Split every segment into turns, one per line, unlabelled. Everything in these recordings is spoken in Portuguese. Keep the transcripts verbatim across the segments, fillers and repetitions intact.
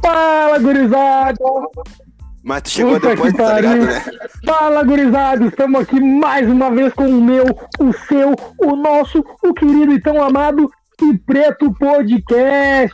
Fala, gurizada!
Mas tu chegou
Puta
depois,
que
tá ligado,
pariu.
né?
Fala, gurizada! Estamos aqui mais uma vez com o meu, o seu, o nosso, o querido e tão amado e preto podcast.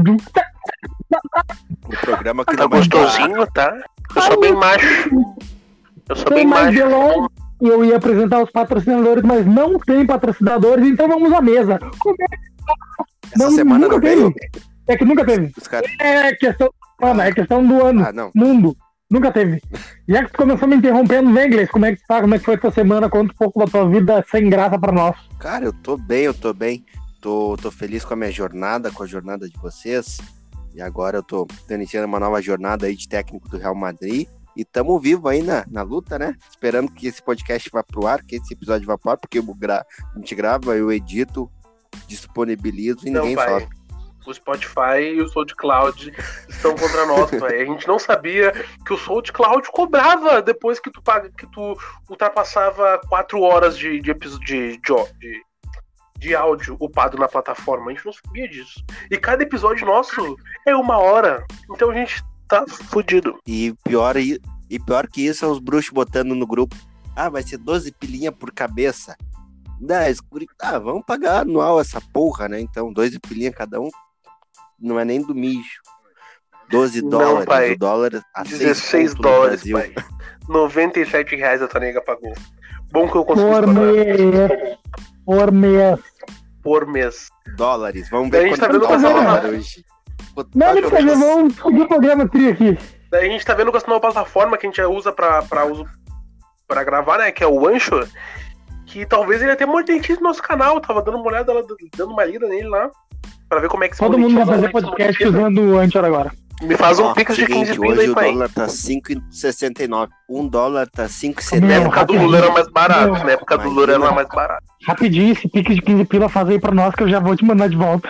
O programa que
Tá
não vai
gostosinho, tá? Eu sou bem macho. Eu sou
Sem
bem
mais
macho.
delongas, eu ia apresentar os patrocinadores, mas não tem patrocinadores, então vamos à mesa. Como é que
Essa
Não,
semana
nunca
não
teve.
veio?
É que nunca teve.
Os caras...
É questão, mano, é questão do ano,
Ah, não.
mundo. Nunca teve. Já que tu começou me interrompendo, vem, inglês, como é que tá? Como é que foi essa semana? Conta um pouco da tua vida sem graça pra nós.
Cara, eu tô bem, eu tô bem. Tô, tô feliz com a minha jornada, com a jornada de vocês. E agora eu tô, tô iniciando uma nova jornada aí de técnico do Real Madrid. E tamo vivo aí na, na luta, né? Esperando que esse podcast vá pro ar, que esse episódio vá pro ar, porque eu gra... a gente grava, eu edito, disponibilizo e
Não,
ninguém
pai.
sobe.
O Spotify e o SoundCloud estão contra nós, pai. A gente não sabia que o SoundCloud cobrava depois que tu, paga, que tu ultrapassava quatro horas de, de, episódio, de, de, de áudio upado na plataforma. A gente não sabia disso. E cada episódio nosso é uma hora. Então a gente tá fudido.
E pior, e, e pior que isso, é os bruxos botando no grupo. Ah, vai ser doze pilinha por cabeça. dez, ah, vamos pagar anual essa porra, né? Então, doze pilinha cada um. Não é nem do mijo. doze
Não,
dólares.
pai.
O dólar a
dezesseis dólares, pai. noventa e sete reais a tua nega pagou. Bom que eu consegui
Por
estourar.
mês. Por mês.
Por mês.
Dólares. Vamos
Daí
ver
a gente
quanto
tá vendo
tá o
que-
dólar hoje. Quanto
Não,
tá
não precisa,
hoje?
vamos seguir o programa tri aqui.
Daí a gente tá vendo com essa nova plataforma que a gente já usa pra, pra, uso, pra gravar, né? Que é o Anchor. Que talvez ele até monetize no nosso canal. Tava dando uma olhada, lá, dando uma lida nele lá. Pra ver como é que se
Todo mundo vai
monetiza,
fazer
como é que se
podcast
monetiza.
usando o Anchor agora.
Me faz um
Ó,
pix de
seguinte,
quinze pila
hoje
aí,
o
pai.
dólar tá cinco e sessenta e nove. Um dólar tá cinco e
Na
Meu,
setenta.
época do
rapidinho.
Lula era mais barato.
Meu,
Na época do
imagina.
Lula era mais barato.
Rapidinho, esse pique de quinze pila faz aí pra nós que eu já vou te mandar de volta.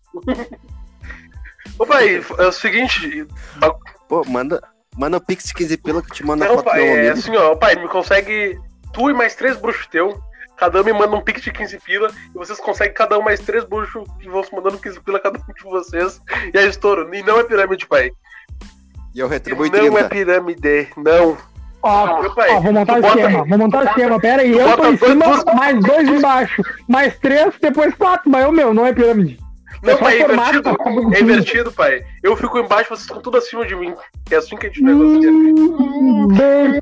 Ô, pai, é o seguinte.
Pô, manda, manda o pix de quinze pila que eu te mando a
Não,
foto do
pai,
meu
é
amigo.
assim, ó. Pai, me consegue tu e mais três bruxos teu. Cada um me manda um pix de quinze pila. E vocês conseguem cada um mais três bruxos que vão se mandando quinze pila cada um de vocês. E é estouro. E não é pirâmide, pai.
E eu
E
retribuo
não é
trinta.
pirâmide, não.
Ó,
Meu pai,
ó, vou montar o
tu bota-
esquema, vou montar o esquema. Pera aí,
tu
eu tô
bota
em
dois
cima,
bruxos.
mais dois embaixo. Mais três, depois quatro. Mas o meu, não é pirâmide.
Não,
É só
pai, é
formato,
invertido.
tá bonitinho.
É invertido, pai. Eu fico embaixo, vocês estão tudo acima de mim. É assim que a gente negocia.
Hum, bem,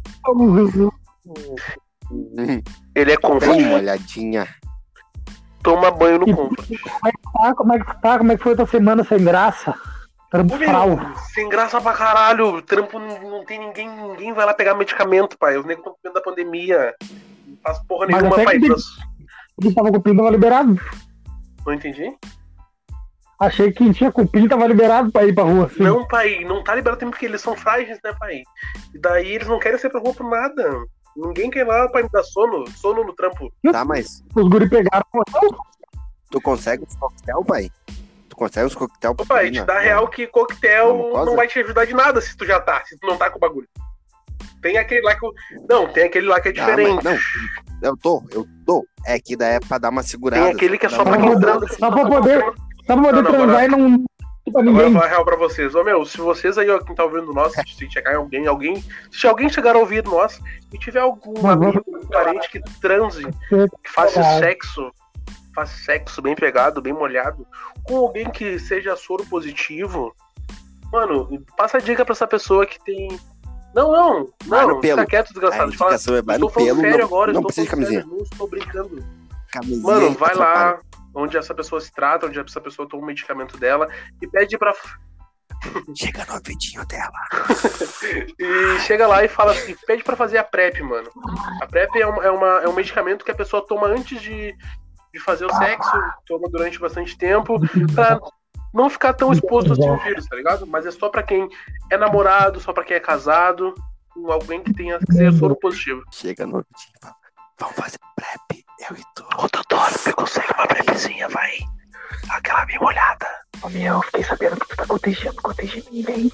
Ele é
Dá uma
comfort.
olhadinha.
Toma banho no comfort.
tá, como é que tá? Como é que foi a tua semana sem graça? Trampo
Ô, meu,
frau.
sem graça pra caralho. O trampo não, não tem ninguém. Ninguém vai lá pegar medicamento, pai. Os negros estão comendo da pandemia. Não faz porra
Mas
nenhuma,
até
pai.
que tem-
Nós-
Quem tava com pinto tava liberado.
Não entendi?
Achei que quem tinha cupim tava liberado pra ir pra rua. Assim.
Não, pai, não tá liberado tempo porque eles são frágeis, né, pai? E daí eles não querem sair pra rua por nada. Ninguém quer ir lá pra me dar sono, sono no trampo.
Tá, mas
Os guri pegaram.
tu consegue uns coquetel, pai? Tu consegue uns coquetel?
Ô, pai, te dá real que coquetel
Não, mucosa?
não vai te ajudar de nada se tu já tá, se tu não tá com o bagulho. Tem aquele lá que. eu- Não, tem aquele lá que é
Ah, mas
diferente.
não, eu tô, eu tô. É que daí é pra dar uma segurada.
Tem aquele que é só
Dá
pra
uma-
quem
Só
transa.
Só pra poder, só pra poder
Não, não,
transar
agora-
e não. Pra
Agora eu
ninguém.
vou falar real pra vocês. Ô meu, se vocês aí, ó, quem tá ouvindo nós, se chegar em alguém, alguém. Se alguém chegar a ouvir nós e tiver algum
Mas
amigo, parente que transe, que faça sexo, faça sexo bem pegado, bem molhado, com alguém que seja soro positivo, mano, passa a dica pra essa pessoa que tem. Não, não,
Vai no
não,
pelo.
fica quieto,
A
desgraçado. Fala,
indicação é vai
estou
no
falando
pelo,
sério
não,
agora,
não
estou
precisa de
falando
camisinha.
sério, não estou brincando.
Camisinha
Mano,
aí,
vai
atrapalha.
lá onde essa pessoa se trata, onde essa pessoa toma o medicamento dela e pede pra.
Chega no ouvidinho dela.
E chega lá e fala e pede pra fazer a PrEP, mano. A PrEP é, uma, é, uma, é um medicamento que a pessoa toma antes de, de fazer o sexo, toma durante bastante tempo, pra não ficar tão exposto assim ao vírus, tá ligado? Mas é só pra quem é namorado, só pra quem é casado, com alguém que tenha que seja soro positivo.
Chega no ouvidinho e fala, vamos fazer prep, eu e tu.
Ô, doutor, me consegue uma PrEPzinha, vai. Aquela bem molhada.
Ô meu, fiquei sabendo que tu tá contagiando, contagia em mim, vem.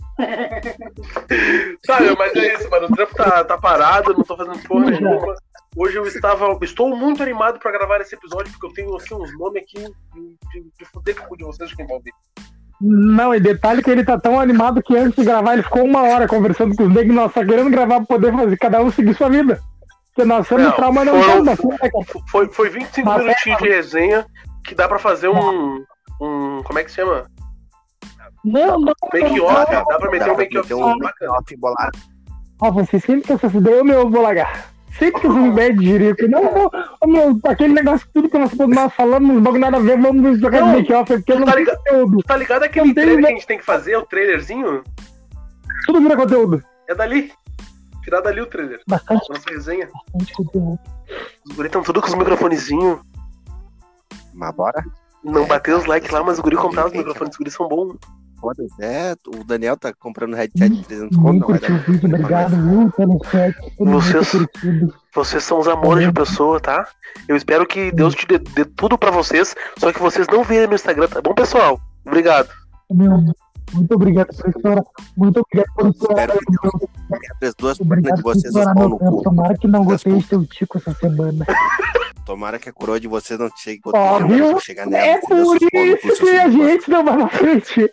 Sabe, mas é isso, mano. O trampo tá, tá parado, eu não tô fazendo porra nenhuma. Hoje eu estava. Estou muito animado pra gravar esse episódio, porque eu tenho assim, uns nomes aqui de, de, de fuder com o cu de vocês de quem vai ouvir.
Não, e detalhe que ele tá tão animado que antes de gravar ele ficou uma hora conversando com os negros, nós só querendo gravar pra poder fazer cada um seguir sua vida. Porque nós somos
Não,
trauma não
foram-
temos, né, cara?
Foi, foi vinte e cinco
Mas é-
minutinhos de resenha que dá pra fazer um. um como é que se chama?
Não, não,
Make
não,
off.
não.
Dá pra meter
Dá
um
pra
make off
meter um
bacana.
make-off bolado.
Ah, você sempre que essas ideias, meu, eu vou largar. Sempre que essas ideias de jirico. Não, não, ô, meu, aquele negócio, tudo que nós, nós falamos, não bagulho nada a ver, vamos jogar
Não,
de make-off, porque eu não
tá
tenho
ligado?
conteúdo.
Tá ligado aquele
Não tem,
trailer
né?
que a gente tem que fazer, o trailerzinho?
Tudo vira conteúdo.
É dali. Tirar dali o trailer.
Bastante,
Nossa resenha.
bastante conteúdo.
Os guris estão tudo com os microfonezinhos.
Mas bora.
Não
É,
bateu os
cara,
likes lá, mas o guri
não,
comprar os
ninguém
microfones. Os guris são bons.
Foda-se. É, o Daniel tá comprando headset de trezentos conto,
Muito
não vai dar.
curtiu o vídeo, obrigado, viu, pelo chat. Tudo
Vocês-
muito curtido.
Vocês são os amores de pessoa, tá? Eu espero que Deus te dê, dê tudo pra vocês, só que vocês não virem no Instagram, tá bom, pessoal? Obrigado.
Meu, muito obrigado por estourar. Muito obrigado por estourar.
Espero que
meu.
Quebre as duas pernas
Obrigado
de
por
vocês, os
estourar
pau
meu
no
tempo.
cu.
Tomara que não
Das
gostei de teu tico essa semana.
Tomara que a coroa de vocês não chegue
Ó,
quando
viu?
chegar nela.
É
entendeu?
por
Seus pau no cu,
isso
seus
que a
filhos de
gente não vai na frente.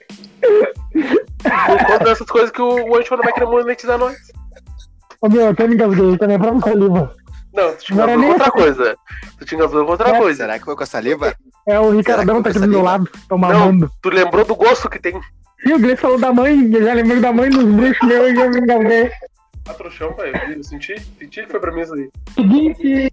Por conta dessas coisas que o Anjo não vai querer monetizar nós.
Ô meu, eu até me engasguei, tá lembrando saliva.
Não, tu te
Não era
engasgou com
nem
outra
essa-
coisa. Tu te engasgou com outra
É.
coisa.
Será que foi com a saliva?
É o Ricardão tá aqui do meu lado, tô mamando.
Tu lembrou do gosto que tem.
Sim, o Gleice falou da mãe, eu já lembrei da mãe dos bruxos meus e já me engasguei.
Ah, trouxão, pai. Eu senti, senti que foi pra mim isso aí.
Seguinte,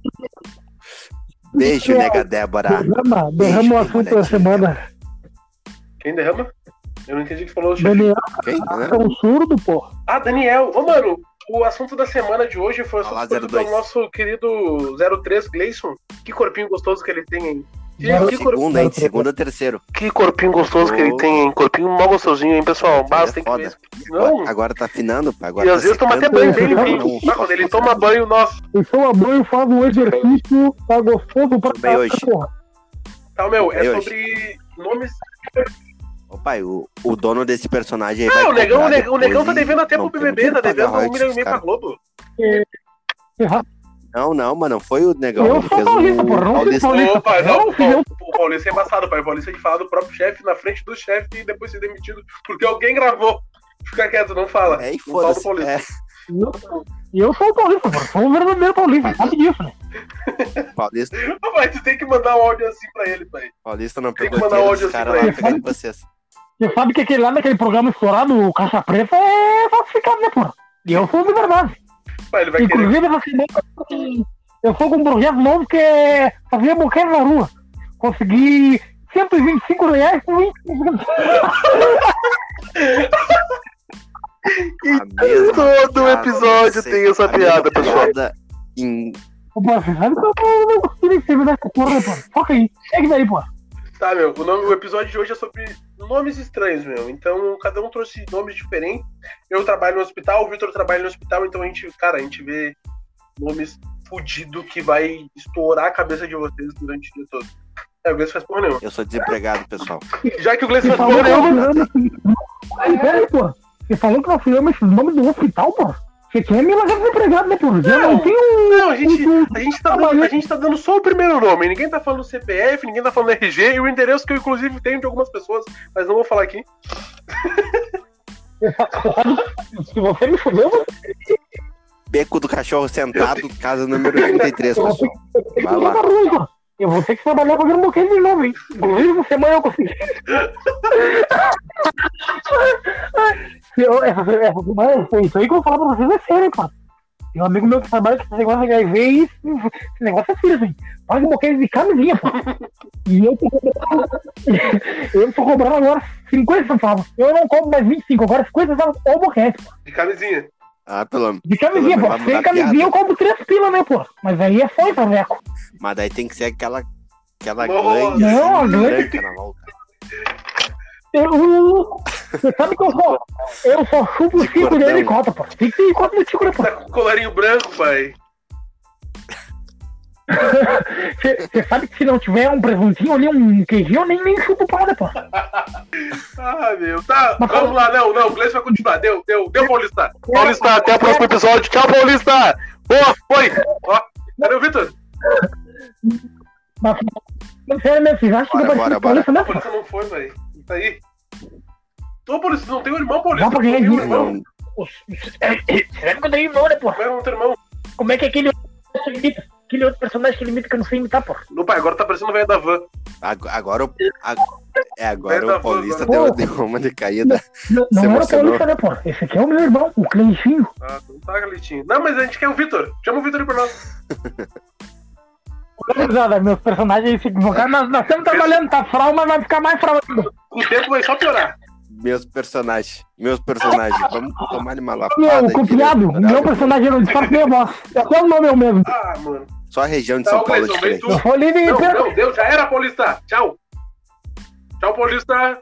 Beijo, nega Débora.
derrama,
Beijo,
derrama o
bem
assunto da
molhadinho,
semana.
Quem derrama? Eu não entendi o que falou, chefe.
Daniel
Quem? Né?
é um surdo, pô.
Ah, Daniel. Ô, mano, o assunto da semana de hoje foi o
Olá,
assunto
zero
do
dois.
nosso querido zero três Gleison. Que corpinho gostoso que ele tem, hein? Que,
Zero
que, cor-
Segunda, hein? Segunda, terceiro.
que corpinho gostoso que ele tem, hein? Corpinho mó gostosinho, hein, pessoal? Basta, tem que
Foda.
ver. Não.
Agora tá afinando, pá. Agora
E
tá
às vezes toma até
secando.
banho bem
Não,
limpinho. Ah, quando ele toma banho, nossa.
Eu sou a banho, faço um exercício, tá gostoso pra
Tô bem hoje.
porra.
Tá, meu, é
Eu
sobre nomes.
Ô, pai, o, o dono desse personagem aí
Ah,
vai
o negão, o
cobrar
negão, o negão tá
depois e
devendo até
não
pro
temos
B B B, tá
que pagar
devendo um
royalties
milhão e
pros
meio pra
caras.
Globo.
Não, não, mano, não foi o negão.
Eu
Ele
sou
fez
paulista,
o
porra, não sou
Paulista.
paulista.
Ô, pai,
Eu
não,
não fui eu.
o Paulista é embaçado, pai. O Paulista é de falar do próprio chefe na frente do chefe e depois ser demitido porque alguém gravou. Fica quieto, não fala.
É, e
Não fala do
foda-se.
Paulista.
É,
E eu sou o paulista, porra. Sou o verdadeiro paulista, sabe disso, né?
Paulista,
Ô, pai, tu tem que mandar um áudio assim pra ele, pai.
Paulista não
Tem que
pegou
mandar
dinheiro
áudio
dos
assim
caras
pra
lá
ele.
pegar de vocês.
Você sabe que aquele lá daquele programa estourado, o Caixa Preta, é falsificado, né, porra? E eu sou de verdade.
Pai, ele vai querer.
Inclusive, essa semana, eu sou com um projeto novo que é fazer boquete na rua. Consegui cento e vinte e cinco reais por vinte e cinco
A mesma
todo
piada,
episódio
você-
tem essa
a mesma
piada, pessoal.
piada Em...
Pô, você sabe que eu não consigo receber dessa porra, né, porra? Foca aí, segue daí, porra.
Tá, meu, o, nome- o episódio de hoje é sobre nomes estranhos, meu. Então, cada um trouxe nomes diferentes. Eu trabalho no hospital, o Vitor trabalha no hospital, então a gente, cara, a gente vê nomes fudidos que vai estourar a cabeça de vocês durante o dia todo. É, o Gleice faz porra nenhuma.
Eu sou desempregado, pessoal.
Já que o Gleice
Você
faz
falou
porra
que nós
nenhuma.
fizemos... Aí, peraí, porra. Você falou que nós fizemos esses nomes do hospital, porra. Você quer me largar desempregado, né, porra? Eu não
Não,
tenho...
não, a gente, a, gente tá dando, a gente tá dando só o primeiro nome. Ninguém tá falando C P F, ninguém tá falando R G e o endereço que eu, inclusive, tenho de algumas pessoas, mas não vou falar aqui.
Se você me fudeu, você
Beco do cachorro sentado, casa número trinta e três,
Eu vou ter
pessoal.
que, eu vou ter que
Vai lá.
trabalhar ruim, porra. Eu vou ter que trabalhar fazendo boquete de novo, hein? Inclusive, uma semana eu consegui. Eu, essa, essa semana foi isso aí que eu vou falar pra vocês, é sério, hein, cara. Tem um amigo meu que trabalha com esse negócio de H I V e esse negócio é sério, hein? Paga um boquete de camisinha, pô. E eu tô cobrando, eu tô cobrando agora cinquenta centavos. Eu não cobro mais vinte e cinco, agora cinquenta centavos ou boquete.
De camisinha.
Ah, pelo
De camisinha,
Pelo
pô.
menos vai
Sem
mudar
camisinha
piada.
eu cobro três pila, né, pô? Mas aí é só Itaveco.
Mas daí tem que ser aquela. Aquela
Nossa.
glande
Não, a
assim,
glande-
branca na volta.
Eu. Você sabe que eu só. Eu só chupo o
De
cico
cordão.
dele e cota, pô. Tem que ter cota no tico, né, pô?
Tá com colarinho branco, pai.
Você sabe que se não tiver um presuntinho ali, um queijinho, eu nem, nem chupo parada, pô.
Ah, meu. Tá,
Mas
vamos lá. Não, não, o Gleice vai continuar. Deu, deu, deu, Paulista. Paulista, até o próximo episódio. Tchau, Paulista. Boa, foi. Ó, cadê o Vitor?
Mas, mas sério mesmo, vocês acham que
Bora,
eu
bora,
pareço com isso,
A
né, pô?
polícia não foi, velho. Tá aí. Ô, Paulista, não tem um irmão, Paulista?
Dá pra ganhar
Não tem um
dinheiro.
irmão.
Será que eu tenho irmão, né, porra?
Como é que não tem irmão?
Como é que aquele outro imita? Aquele outro personagem que ele imita que eu não sei imitar, porra?
Meu pai, agora tá parecendo o velho da van.
Ag- Agora, o- ag- é, agora
Vai dar
o Paulista
boa,
deu, deu uma decaída.
Não,
Você
não era o
emocionou?
Paulista, né, porra? Esse aqui é o meu irmão, o Cleitinho.
Ah, não tá, Galitinho. Não, mas a gente quer o Vitor. Chama o Vitor aí pra nós.
Gurizada, meus personagens se equivocaram. Nós, nós estamos trabalhando, tá frau, mas vai ficar mais frau ainda.
Com o tempo vai só piorar.
Meus personagens. Meus personagens. Vamos tomar uma lapada.
Meu,
aqui,
copiado,
né?
o meu personagem não disfarça nem a voz. Até o nome é o mesmo.
Ah, mano.
Só a região de
Tá,
São
ô,
Paulo é
Gleison, vem
diferente.
tu.
Eu vou livre
Não,
per...
não, deu, já era, Paulista. Tchau. Tchau, Paulista.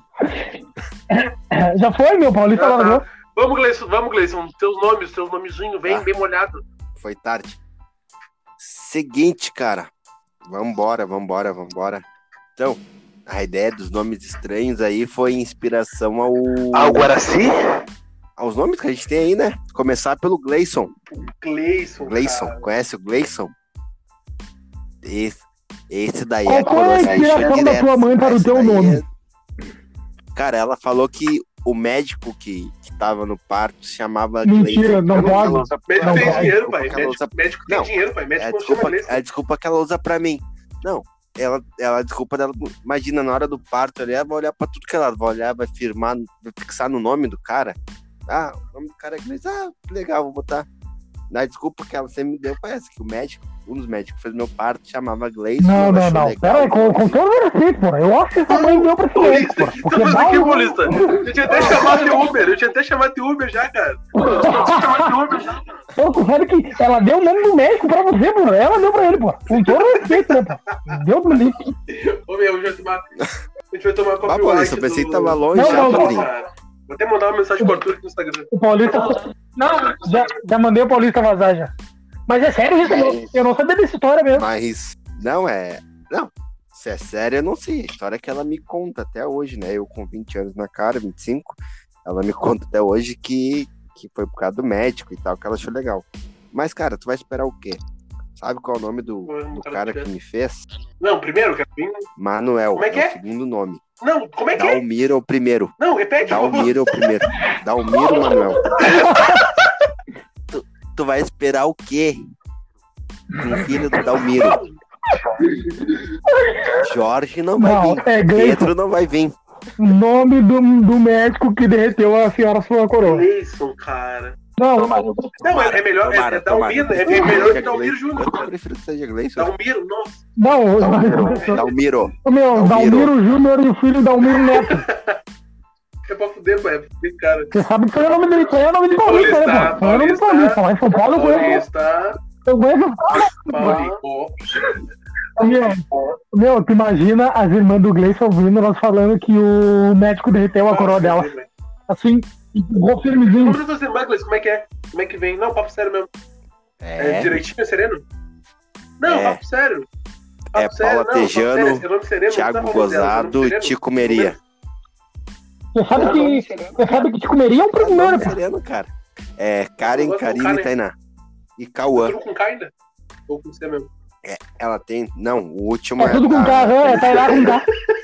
Já foi, meu Paulista
Ah, tá.
largou.
Vamos, Gleison, vamos, Gleison. Teus nomes, teus nomezinhos, vem
Ah.
bem molhado.
Foi tarde. Seguinte, cara. Vambora, vambora, vambora. Então, a ideia dos nomes estranhos aí foi inspiração ao...
Guaraci?
aos nomes que a gente tem aí, né? Começar pelo Gleison.
Gleison.
Gleison,
cara.
conhece o Gleison? Esse, esse daí
Qual
é
foi a
coroa,
inspiração
direto.
da tua mãe para o
Esse
teu
daí
nome?
é- Cara, ela falou que o médico que, que tava no parto se chamava
Mentira,
Gleison.
não
Eu
pode.
ela usa-
Médico
Não,
tem
vai,
dinheiro,
desculpa
pai.
que ela
Médico,
usa-
médico tem
Não,
dinheiro, pai.
É a
Médico não chama
desculpa,
Gleison.
é a desculpa que ela usa pra mim. Não, ela, ela a desculpa dela. Imagina, na hora do parto ali, ela vai olhar pra tudo que ela vai olhar, vai firmar, vai fixar no nome do cara. Ah, o nome do cara é Gleison. Ah, que legal, vou botar. Na desculpa que ela sempre me deu, parece que o médico, um dos médicos que fez meu parto, chamava Gleison.
Não,
ela
não,
achou
não.
legal.
Pera aí, com, com todo o respeito, porra. Eu acho que essa mãe deu pra esse médico,
Paulista,
porra.
o que
Porque
tá fazendo
dá
aqui,
um-
Paulista? Eu tinha até chamado de Uber, eu tinha até chamado de Uber já, cara. Eu tinha até chamado de Uber já.
Pô, tu sabe que ela deu o nome do médico pra você, porra. Ela deu pra ele, porra. Com todo o respeito, né, porra. Deu do livro.
Ô, meu, hoje vai tomar... A gente vai tomar
Ah,
copyright
Paulista, eu pensei
do-
que tava longe
Não,
já,
não, não.
padrinho.
Cara, vou até mandar uma mensagem pro Arthur aqui no Instagram.
O Paulista. Não, já, já mandei o Paulista vazar já. Mas é sério isso, eu- eu não sabia dessa história mesmo.
Mas, não, é. Não, se é sério, eu não sei. A história que ela me conta até hoje, né? Eu com vinte anos na cara, vinte e cinco, ela me conta até hoje que, que foi por causa do médico e tal, que ela achou legal. Mas, cara, tu vai esperar o quê? Sabe qual é o nome do, do cara que me fez?
Não, primeiro, quero vir.
Manuel.
Como é que é?
o segundo nome.
Não, como é que é?
Dalmiro é o primeiro.
Não, repete, por favor.
Dalmiro é o primeiro. Dalmiro Manuel. tu, tu vai esperar o quê? Com o filho do Dalmiro. Jorge não vai
Não,
vir.
é Gleison.
Pedro não vai vir.
Nome do, do médico que derreteu a senhora sua coroa.
Gleison, cara.
Não,
Não, é, é melhor, é, é Dalmiro, é, é melhor que Dalmiro Júnior,
Eu
cara.
prefiro que seja Gleison.
Dalmiro, nossa.
não.
Dalmiro.
O meu,
Dalmiro.
Dalmiro Júnior e o filho Dalmiro Neto.
É pra fuder, pai, é pra fuder, cara.
Você sabe que foi o nome dele, foi o nome de Paulista, né, pô? Foi o nome de Paulista. Lá em São Paulo eu conheço.
Paulista,
Eu conheço.
Paulico.
Meu, meu, tu imagina as irmãs do Gleison ouvindo nós falando que o médico derreteu a coroa dela. Assim, igual firmezinho.
Como você, Douglas, como é que é? Como é que vem? Não, papo sério mesmo. É,
É,
direitinho, é sereno? Não,
É.
papo sério. Papo
É
sério,
Paula
não, papo
Tejano,
sério, esse nome sereno, não tá
Thiago
falando dela,
Gozado
nome
e
sereno.
Tico Meria.
Você sabe que. Você sabe que te comeria um primo meu, né, pô?
Sereno, cara. É Karen,
Eu gosto do
Karine
Karen.
e Tainá. E Cauã.
Tudo com K ainda? Ou com C mesmo?
Ela tem. Não, o último
É tudo com
a-
K, é, tá lá com K.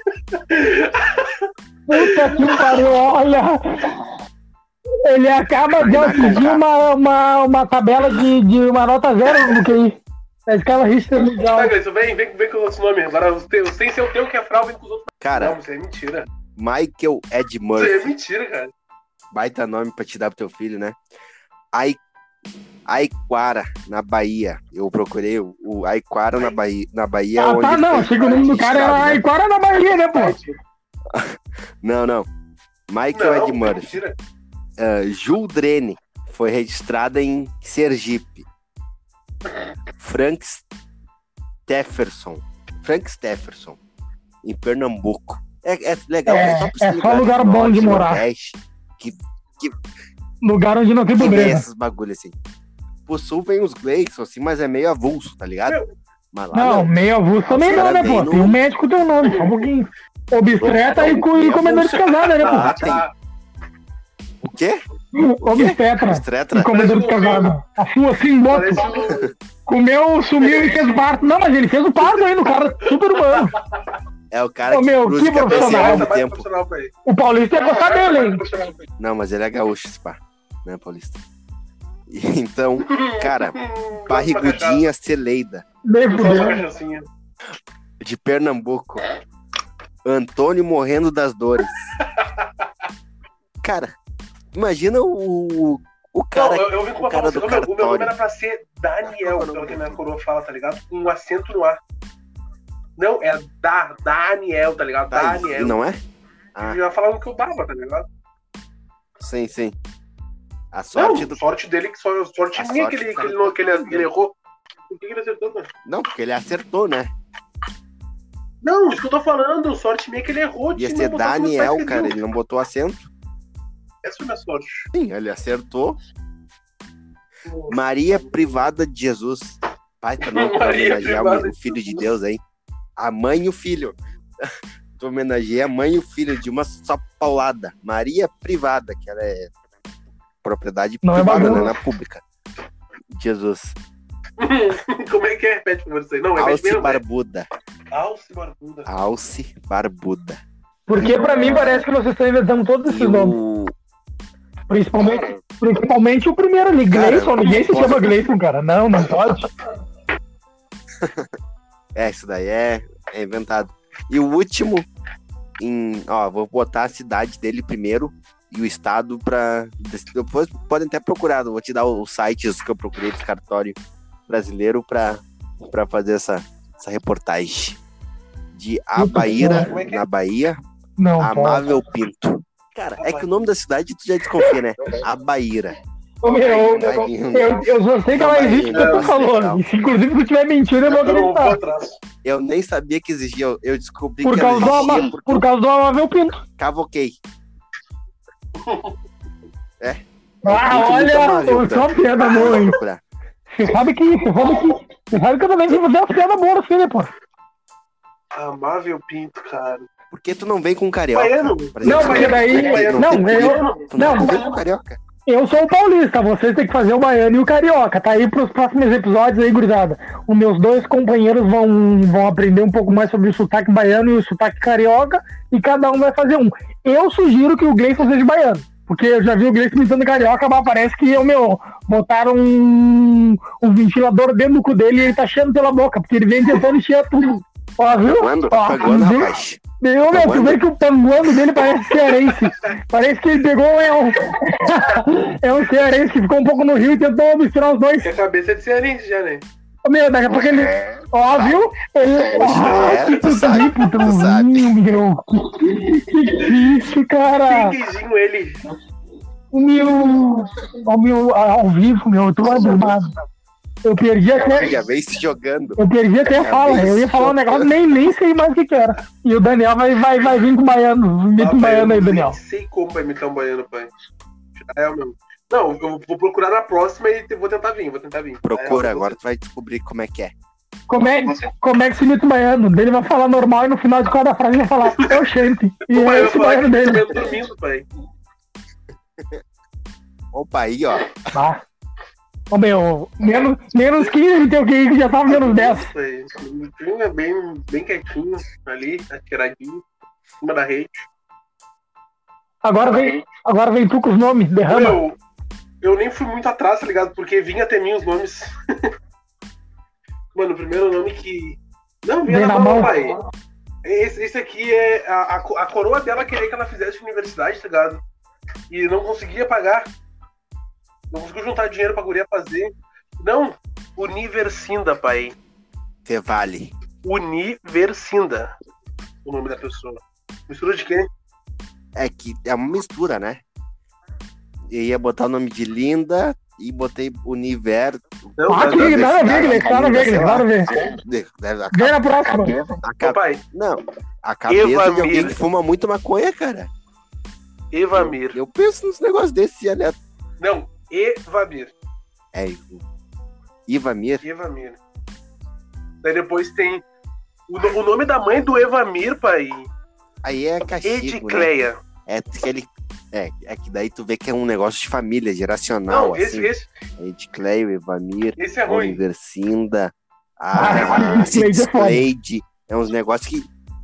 Puta que pariu, olha. Ele acaba de atingir uma, uma, uma tabela de, de uma nota zero no Q I. A escala Richter mundial.
Tá, Gleison, vem, vem, vem com os outros nomes. Agora, os teus, sem ser o teu que é frau, vem com os outros.
Cara,
Não, isso é mentira.
Michael Ed
Isso
Murphy.
é mentira, cara.
Baita nome pra te dar pro teu filho, né? Ai... Aiquara, na Bahia. Eu procurei o, o Aiquara na Bahia, na Bahia
Ah,
onde
tá, não.
foi
Achei que o nome do cara
registrado,
era
né?
Iquara na Bahia, né, pô?
Não, não. Michael
Não,
Ed
é
Murphy.
mentira.
Uh, Juldrene foi registrada em Sergipe. Frank Stefferson. Frank Stefferson, em Pernambuco. É, é legal,
É,
é só,
é só lugar bom de morar.
Nordeste, que
Lugar onde não tem
que vem
pobreza.
esses bagulho assim. Pro sul vem os Gleison, assim, mas é meio avulso, tá ligado?
Meu.
Mas lá
Não, meio avulso também
Os
não,
cara
né, pô?
vem
Tem
no-
um médico teu nome, só um pouquinho. Obstetra e, cu- e comedor de casada, né,
Ah,
pô?
tem.
Ah,
O quê?
Obstetra
Estretra?
e comedor de casada. A sua assim, boto.
parece o...
Comeu, sumiu e fez o parto. Não, mas ele fez o parto ainda, o cara super humano.
É o cara
Ô,
que
meu,
cruza
que
e cabeceia ao
profissional.
mesmo
Tá mais
tempo.
profissional, pai.
O Paulista ia gostar dele, hein?
Não, mas ele é gaúcho, pá. Não é paulista.
O Paulista ia gostar dele, hein?
Não, mas ele é gaúcho, esse pá. Não é paulista. E, então, cara, barrigudinha Celeida,
Nem
Só uma
fudeu.
cachaçinha.
de Pernambuco. Antônio morrendo das dores. Cara, imagina o, o cara,
Não, eu, eu vim com uma
o cara
fala
do
assim, o meu- o meu nome
cartório.
era pra ser Daniel,
Qual é o nome
pelo que a minha
do-
coroa fala, tá ligado? Com um acento no ar. Não, é da, Daniel, tá ligado?
Tá, e
Daniel.
não é? Ah,
Já falaram que eu dava, tá ligado?
sim, sim. A sorte
Não,
do...
sorte dele, que só, sorte
A
minha
sorte
que ele,
do
que ele,
cara.
não- que ele, que ele errou. Por que que ele acertou, mano?
Não, porque ele acertou, né?
Não, isso que eu tô falando, sorte minha que ele errou. de
Ia
não
ser
botar como tá
Daniel,
escrito.
cara. Ele não botou acento.
Essa foi minha sorte.
Sim, ele acertou. Maria Privada de Jesus. Pai, tá nome pra
Maria
homenagear
Privada
o
de
filho de
Jesus.
Deus, hein? A mãe e o filho. Tu homenageia a mãe e o filho de uma só paulada. Maria Privada, que ela é propriedade
Não é
privada,
bagunça.
né? Não é pública. Jesus.
Como é que é? Repete por favor isso aí. Não, repete
Alce
mesmo. velho.
Barbuda.
Alce Barbuda.
Alce Barbuda.
Porque pra mim parece que vocês estão inventando todos
E
esses nomes.
o...
Principalmente, principalmente o primeiro ali,
Cara,
Gleison. Ninguém se
posso-
chama Gleison, cara. Não, não pode.
É, isso daí é, é inventado. E o último, em, ó, vou botar a cidade dele primeiro e o estado pra... Depois podem até procurar, vou te dar os sites que eu procurei do cartório brasileiro pra, pra fazer essa, essa reportagem. De Abaíra,
Como é que é?
na Bahia,
Não pode.
Amável Pinto. Cara, é que o nome da cidade tu já desconfia, né? Abaíra.
Ô, meu, eu,
Abaíra.
eu, eu só sei que ela existe porque tu
Não,
falou.
não.
E se inclusive se tu tiver mentindo, eu vou
Eu não vou
acreditar.
atrás.
Eu nem sabia que existia, eu- eu descobri
Por
que ela
causa, do
existia
ama,
porque
por causa do Amável Pinto.
eu cavoquei.
Ah,
Muito, muito
olha,
amável,
ô,
tá?
só piada boa, hein?
Pra-
Você sabe que, você sabe que, você sabe que eu também sei fazer uma piada boa assim, né, pô?
Amável Pinto, cara.
Por que tu não vem com carioca?
Baiano.
Pra
Não,
gente
mas
ver?
daí-
Não,
não,
tem
eu-
como. Tu
não,
não vem
mas-
com carioca.
Eu sou o paulista, vocês têm que fazer o baiano e o carioca. Tá aí pros próximos episódios aí, gurizada. Os meus dois companheiros vão, vão aprender um pouco mais sobre o sotaque baiano e o sotaque carioca, e cada um vai fazer um. Eu sugiro que o Gleison seja baiano, porque eu já vi o Gleison imitando carioca, mas parece que eu, meu, botaram um, um ventilador dentro do cu dele e ele tá cheando pela boca, porque ele vem tentando encher tudo. Ó, viu?
Quando?
Ó,
Pagando,
viu?
rapaz.
Meu, meu, tu vê que o panguando dele parece cearense. Parece que ele pegou é um, é um cearense que ficou um pouco no Rio e tentou misturar os dois.
Que a cabeça é de cearense já, né?
Ô, meu, daqui a pouco ele. Ó, viu? Ele. Ó,
É,
que
tu sabe, tu
putãozinho, meu. Que, que isso, cara.
Pinguezinho ele.
O meu. Ó, meu, ao vivo, meu, eu tô animado. Eu perdi até.
Já vem se jogando.
Eu perdi até a fala. Eu ia falar um negócio, nem, nem sei mais o que, que era. E o Daniel vai, vai, vai vir com o baiano. Imita um
Ah, pai,
baiano aí,
eu
Daniel.
nem sei como vai imitar um baiano, pai. É o meu. Não, eu vou procurar na próxima e te- vou tentar vir, vou tentar vir.
Procura,
É,
agora tu vai descobrir como é que é.
Como é, como é que se imita o baiano? Ele vai falar normal e no final de cada frase vai falar, é o Xente. E
O pai
é
vai
esse
falar
baiano
que
dele.
eu tô dormindo, pai.
Opa, aí, ó.
Ah. Ô, meu, menos, menos quinze teu Q I que já tava menos dez.
Pai. Tinha bem, bem quietinho ali, atiradinho, em cima da rede.
Agora vem, agora vem tu com os nomes, derrama.
Meu, eu nem fui muito atrás, tá ligado? Porque vinha até mim os nomes. Mano, o primeiro nome que. Não, vinha
Vem
na
na
mão,
mão.
pai. Esse, esse aqui é. A, a, a coroa dela queria que ela fizesse universidade, tá ligado? E não conseguia pagar. Não conseguiu juntar dinheiro pra guria fazer. Não, Universinda, pai.
Fevale.
Universinda. O nome da pessoa. Mistura de quê?
É que é uma mistura, né? Eu ia botar o nome de Linda e botei Universo.
Não,
Ah,
mas-
que nada a ver, Gleice, nada a ver, Gleice, nada a ver.
A
Vem na próxima.
a
Ô,
ca-
pai,
Não, a cabeça de
Evamir.
alguém que fuma muito maconha, cara.
Evamir.
Eu penso nos negócios desses ali.
Não, Evamir.
É, Ivamir.
Evamir. Daí depois tem o, no- o nome da mãe do Evamir, pai.
Aí é castigo, né?
Edicleia.
É que ele. É, é que daí tu vê que é um negócio de família, geracional,
Não, esse,
assim.
esse,
Edicleio, Evamir,
esse é ruim.
Universinda,
Ah,
a
Cleide é foda.
Cleide. É uns negócios que.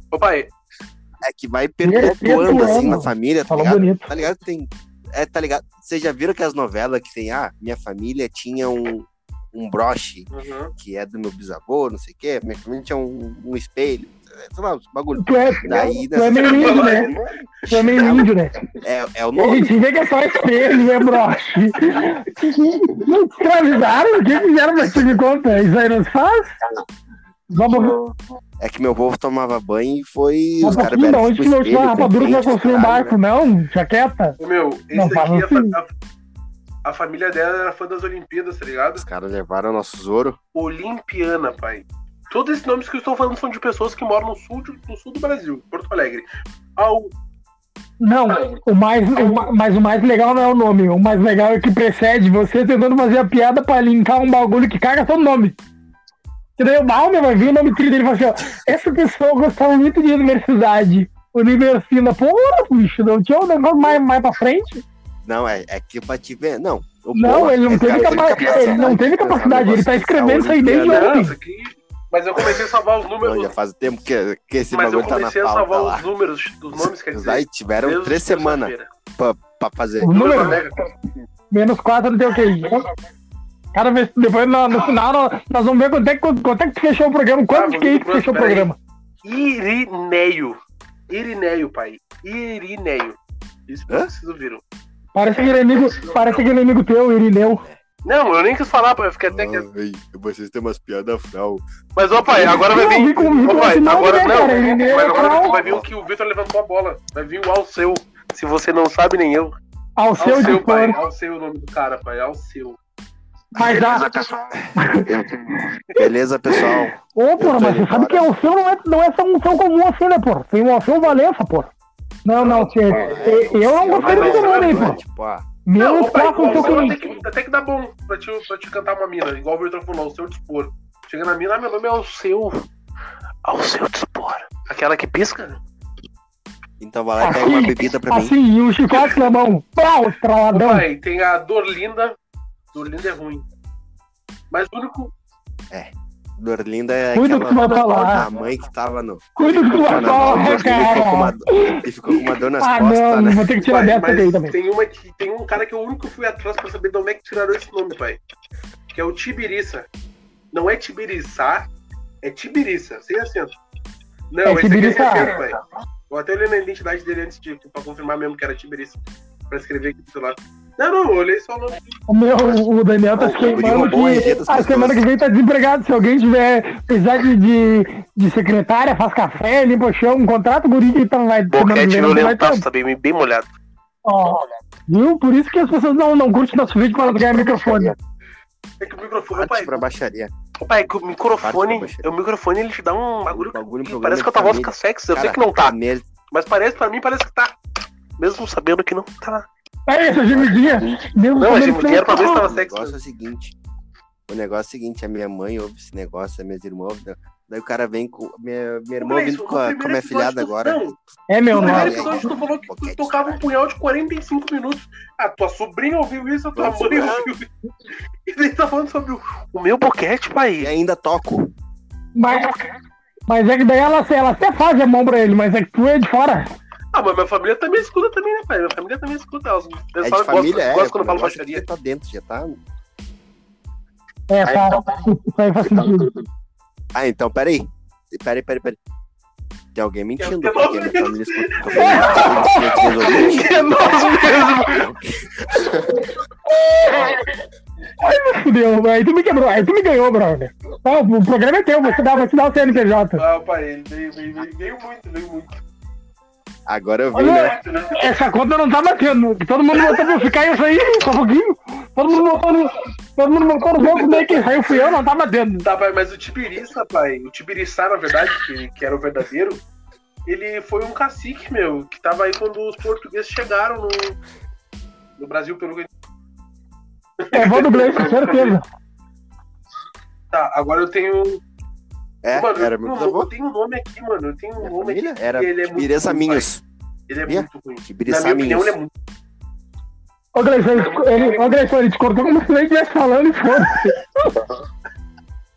Ô, pai,
É que vai perpetuando assim na família, tá
Falou
ligado?
bonito.
Tá ligado? Tem. É, tá ligado? Vocês já viram que as novelas que tem, ah, minha família tinha um, um broche
uhum.
que é do meu bisavô, não sei o quê, minha família tinha um, um espelho, sei lá, os bagulho.
Tu é,
Daí,
tu é meio índio, né? Tu é meio índio, né?
É, é o
A
nome.
gente vê que é só espelho, é broche. Não te escravizaram? O que fizeram pra te me conta? Isso aí não se faz? Vamos...
É que meu povo tomava banho e foi.
Um
Os caras
pouquinho,
vieram
onde
com
que não tinha
espelho,
uma
com
rapadura que vai
pente,
construir um
caralho,
barco,
né?
não? Jaqueta?
Ô, meu, esse
Não,
aqui,
fala
a,
assim.
fa- a, a família dela era fã das Olimpíadas, tá ligado?
Os caras levaram nossos ouro.
Olimpiana, pai. Todos esses nomes que eu estou falando são de pessoas que moram no sul, de- no sul do Brasil, Porto Alegre. Ao,
Não, o mais, o ma- mas o mais legal não é o nome. O mais legal é que precede você tentando fazer a piada pra linkar um bagulho que caga seu nome. Que daí o Balmer vai vir o nome dele e fala assim, ó, essa pessoa gostava muito de universidade. Universina, porra, bicho, não tinha um negócio mais, mais pra frente?
Não, é, é que pra te ver. Não. O
Não,
povo-
ele não
é,
teve
cara,
capa-
capacidade
ele não teve
de pensar
capacidade,
um
ele tá
negócio
escrevendo isso aí
dessa
desde
Olimpiada.
ontem.
não, isso aqui. Mas eu comecei a salvar os números.
Não, já faz tempo que, que esse
mas eu
bagulho tá na
comecei a
pauta
salvar
lá.
os números dos nomes, quer dizer.
Aí tiveram
desde
três semanas
terça-feira.
pra, pra fazer.
O
Número
número,
mega.
menos quatro não tem o que ir. Cada vez, depois no, no final nós, nós vamos ver quanto é, que- quanto é que tu fechou o programa, quanto
Ah,
de
vou
que
ir
aí
pro
tu fechou o
próximo,
programa.
Irineio. Irineio, pai. Irineio. Isso que
Hã?
vocês ouviram.
Parece aquele amigo, parece aquele amigo teu, Irineu.
Não, eu nem quis falar, pai. Eu fiquei até que.
Ai, vocês têm umas piadas fral.
Mas, ó, pai, agora vai
Não,
vir.
vim com- vim
Ô,
com
pai,
esse nome,
agora
né,
não.
cara? Ele é
Mas agora
fral.
vai vir o que o Vitor levantou a bola. Vai vir o Alceu. Se você não sabe, nem eu.
Ao seu
Alceu, pai.
dispor.
Alceu é o nome do cara, pai. Alceu.
Mas a.
Beleza, pessoal?
Ô, porra, mas você sabe que o seu não é, não é só um seu comum assim, né, porra? Tem um seu Valença, porra. Não, não, você, eu não gostei
Mas
desse
não,
nome aí,
não,
porra.
Tipo, ah,
Não,
Menos
ô, pai,
quatro no
o
seu
Alceu
comum.
até que, até que dá bom pra te, pra te cantar uma mina. Igual o Vitor falou, o seu dispor. Chega na mina, ah, meu nome é Alceu. Alceu dispor. Aquela que pisca?
então vai lá e pega uma bebida pra mim.
Assim, e o chicote na mão. Pau,
Ô,
estraladão.
pai, tem a Dorlinda. Dorlinda é ruim. Mas o único.
Dorlinda é
Cuida do que tu vai
aquela
falar.
a mãe que tava no
Cuida do que tu vai
carnaval,
falar,
Dorlinda e ficou com uma,
cara.
e ficou com uma dor nas
Ah,
costas,
não,
né?
vou ter que tirar
Pai,
dessa
mas
daí também.
tem uma que tem um cara que eu único fui atrás pra saber de onde é que tiraram esse nome, pai. Que é o Tibiriça. Não é Tibiriçá, é Tibiriça, sem acento. Não,
É
esse aqui é sem
Tibiriça.
acento, pai. Eu até olhei na identidade dele antes de pra confirmar mesmo que era Tibiriça. Pra escrever aqui do seu lado. Não, não, eu olhei só o nome.
O meu, o Daniel tá
Ô,
se queimando
roubou a energia
que
das
a
pessoas.
semana que vem tá desempregado. Se alguém tiver precisar de, de, de secretária, faz café, limpa o chão, um contrato, o guri que tá, vai semana que
Boquete
vem não vai
violentaço,
ter.
tá bem, bem molhado.
Ó, viu? Por isso que as pessoas não, não curtem nosso vídeo quando ganhar microfone.
É que o microfone,
Parte
pai,
pra baixaria.
pai, que o microfone,
Parte
o microfone ele te dá um bagulho,
Bagulho,
que
programa
parece que a
de
tua voz
família.
fica sexy. Eu sei
Cara,
que não tá,
nele-
mas parece, pra mim parece que tá. Mesmo sabendo que não tá.
É essa gemidinha. Mesmo
Não, a
sabendo
gemidinha
que
era pra ver se tava
O
sexy.
negócio é o seguinte. O negócio é o seguinte, a minha mãe ouve esse negócio, as minhas irmãs ouvem. Daí o cara vem com. Minha, minha irmã
Mas,
vindo
no
com a,
primeiro
com a minha
episódio
filhada
tu-
agora.
Não,
É meu
no primeiro
nome.
episódio tu falou que tu
Boquete.
tocava um punhal de quarenta e cinco minutos. A tua sobrinha ouviu isso, a tua
Nossa,
mãe
cara.
ouviu isso. E daí tá falando sobre o, o meu boquete,
E
pai.
ainda toco.
Mas, mas é que daí ela, ela até faz a mão pra ele, mas é que tu é de fora.
Ah, mas minha família também escuta também, né, pai? Minha família também escuta. Elas, o
É de
pessoal
família,
gosta,
é.
gosta quando eu
o
falo
negócio aqui
baixaria.
tá dentro, já tá.
É, tá. Isso aí faz sentido.
Ah, então, peraí. Peraí, peraí, peraí. Tem alguém mentindo,
É
porque minha família escuta. Família
É nós mesmo.
Ai, me fudeu, aí tu me quebrou, aí tu me ganhou, brother. Não, o programa é teu, vou te dar, vou te dar o C N P J.
Ah, pai, ele veio, veio, veio, veio muito, veio muito.
Agora eu vi, né?
Olha, essa conta não tá batendo. Todo mundo botou pra ficar e eu saí, só um pouquinho. Todo mundo botou no. Todo mundo botou no banco daí que saiu fui eu, não tá batendo.
Tá, pai, mas o Tibiriça, pai, o Tibiriçá, na verdade, que, que era o verdadeiro, ele foi um cacique, meu, que tava aí quando os portugueses chegaram no, no Brasil, pelo que.
É, vou do Gleice, certeza.
Tá, agora eu tenho.
É,
mano,
era
eu,
meu
tenho, eu
bisavô.
tenho um nome aqui, mano. Eu tenho um
Minha
nome
família
aqui.
era
e ele é muito
Tibiriça
ruim,
Minhos.
pai. Ele é
Sabia?
muito ruim.
Tibiriça
Na minha opinião,
Minhos.
ele é muito.
Ô, Gleice, ele, ele, ô, Gleice, ele te cortou como se ele estivesse falando e foda-se.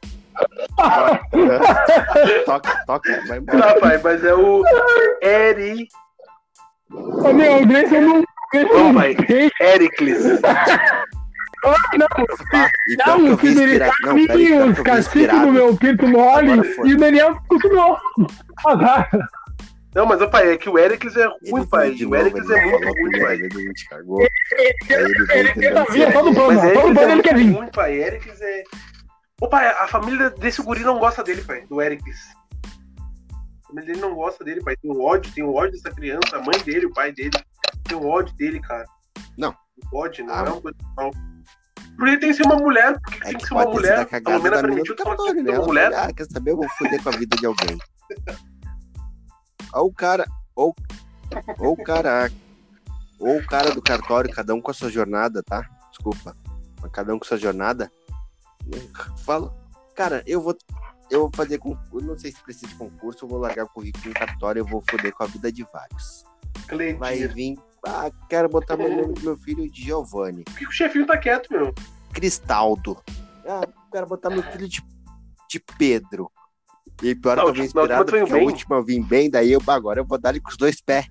Toca, toca, vai embora.
Tá, pai, mas é o Eri.
Ô, meu, deixa eu não.
Não, pai. Ericles.
Não,
Ah, então que
não,
eu vi inspirado. Não, peraí, então
os
que eu vi
caciques do
inspirado.
meu pinto mole
Agora foi.
e o Daniel continuou. Ah,
Não, mas, ô, pai, é que o Ericles é
Ele
ruim, pai.
veio de
O
novo,
Ericles
ele
é muito
falou a
ruim,
primeira
pai.
vez, a gente cagou. Aí ele veio
Ele
tentando
tá vindo
ser
todo plano,
Mas
todo
Ericles
plano
é
ele quer vir.
muito ruim, pai. Ericles é... Ô, pai, a família desse guri não gosta dele, pai. Do Ericles. A família dele não gosta dele, pai. Tem um ódio, tem um ódio dessa criança. A mãe dele, o pai dele. Tem um ódio dele, cara.
Não.
Ódio, não
Ah,
é uma coisa normal. Porque tem que ser uma mulher. Por que que
É
tem
que
que ser uma
pode ter sido
mulher?
a
A
cagada
Lumena
da mina
permitiu
do
que ela
cartório,
fosse
né?
uma
Ela
mulher.
falou, ah, quer saber, eu vou foder com a vida de alguém. Ou o cara, ou, ou o cara, ou o cara do cartório, cada um com a sua jornada, tá? Desculpa, mas cada um com a sua jornada. Fala, cara, eu vou, eu vou fazer concurso, não sei se precisa de concurso, eu vou largar o currículo no cartório, eu vou foder com a vida de vários.
Cleitinho.
Vai vir, ah, quero botar meu nome do meu filho de Giovanni.
Por que que o chefinho tá quieto, meu?
Cristaldo. Ah, quero botar meu filho de, de Pedro. E pior
Na
que eu vim
última- na última
inspirado,
tu veio
porque a
bem.
última eu vim bem, daí eu, agora eu vou dar ele com os dois pés.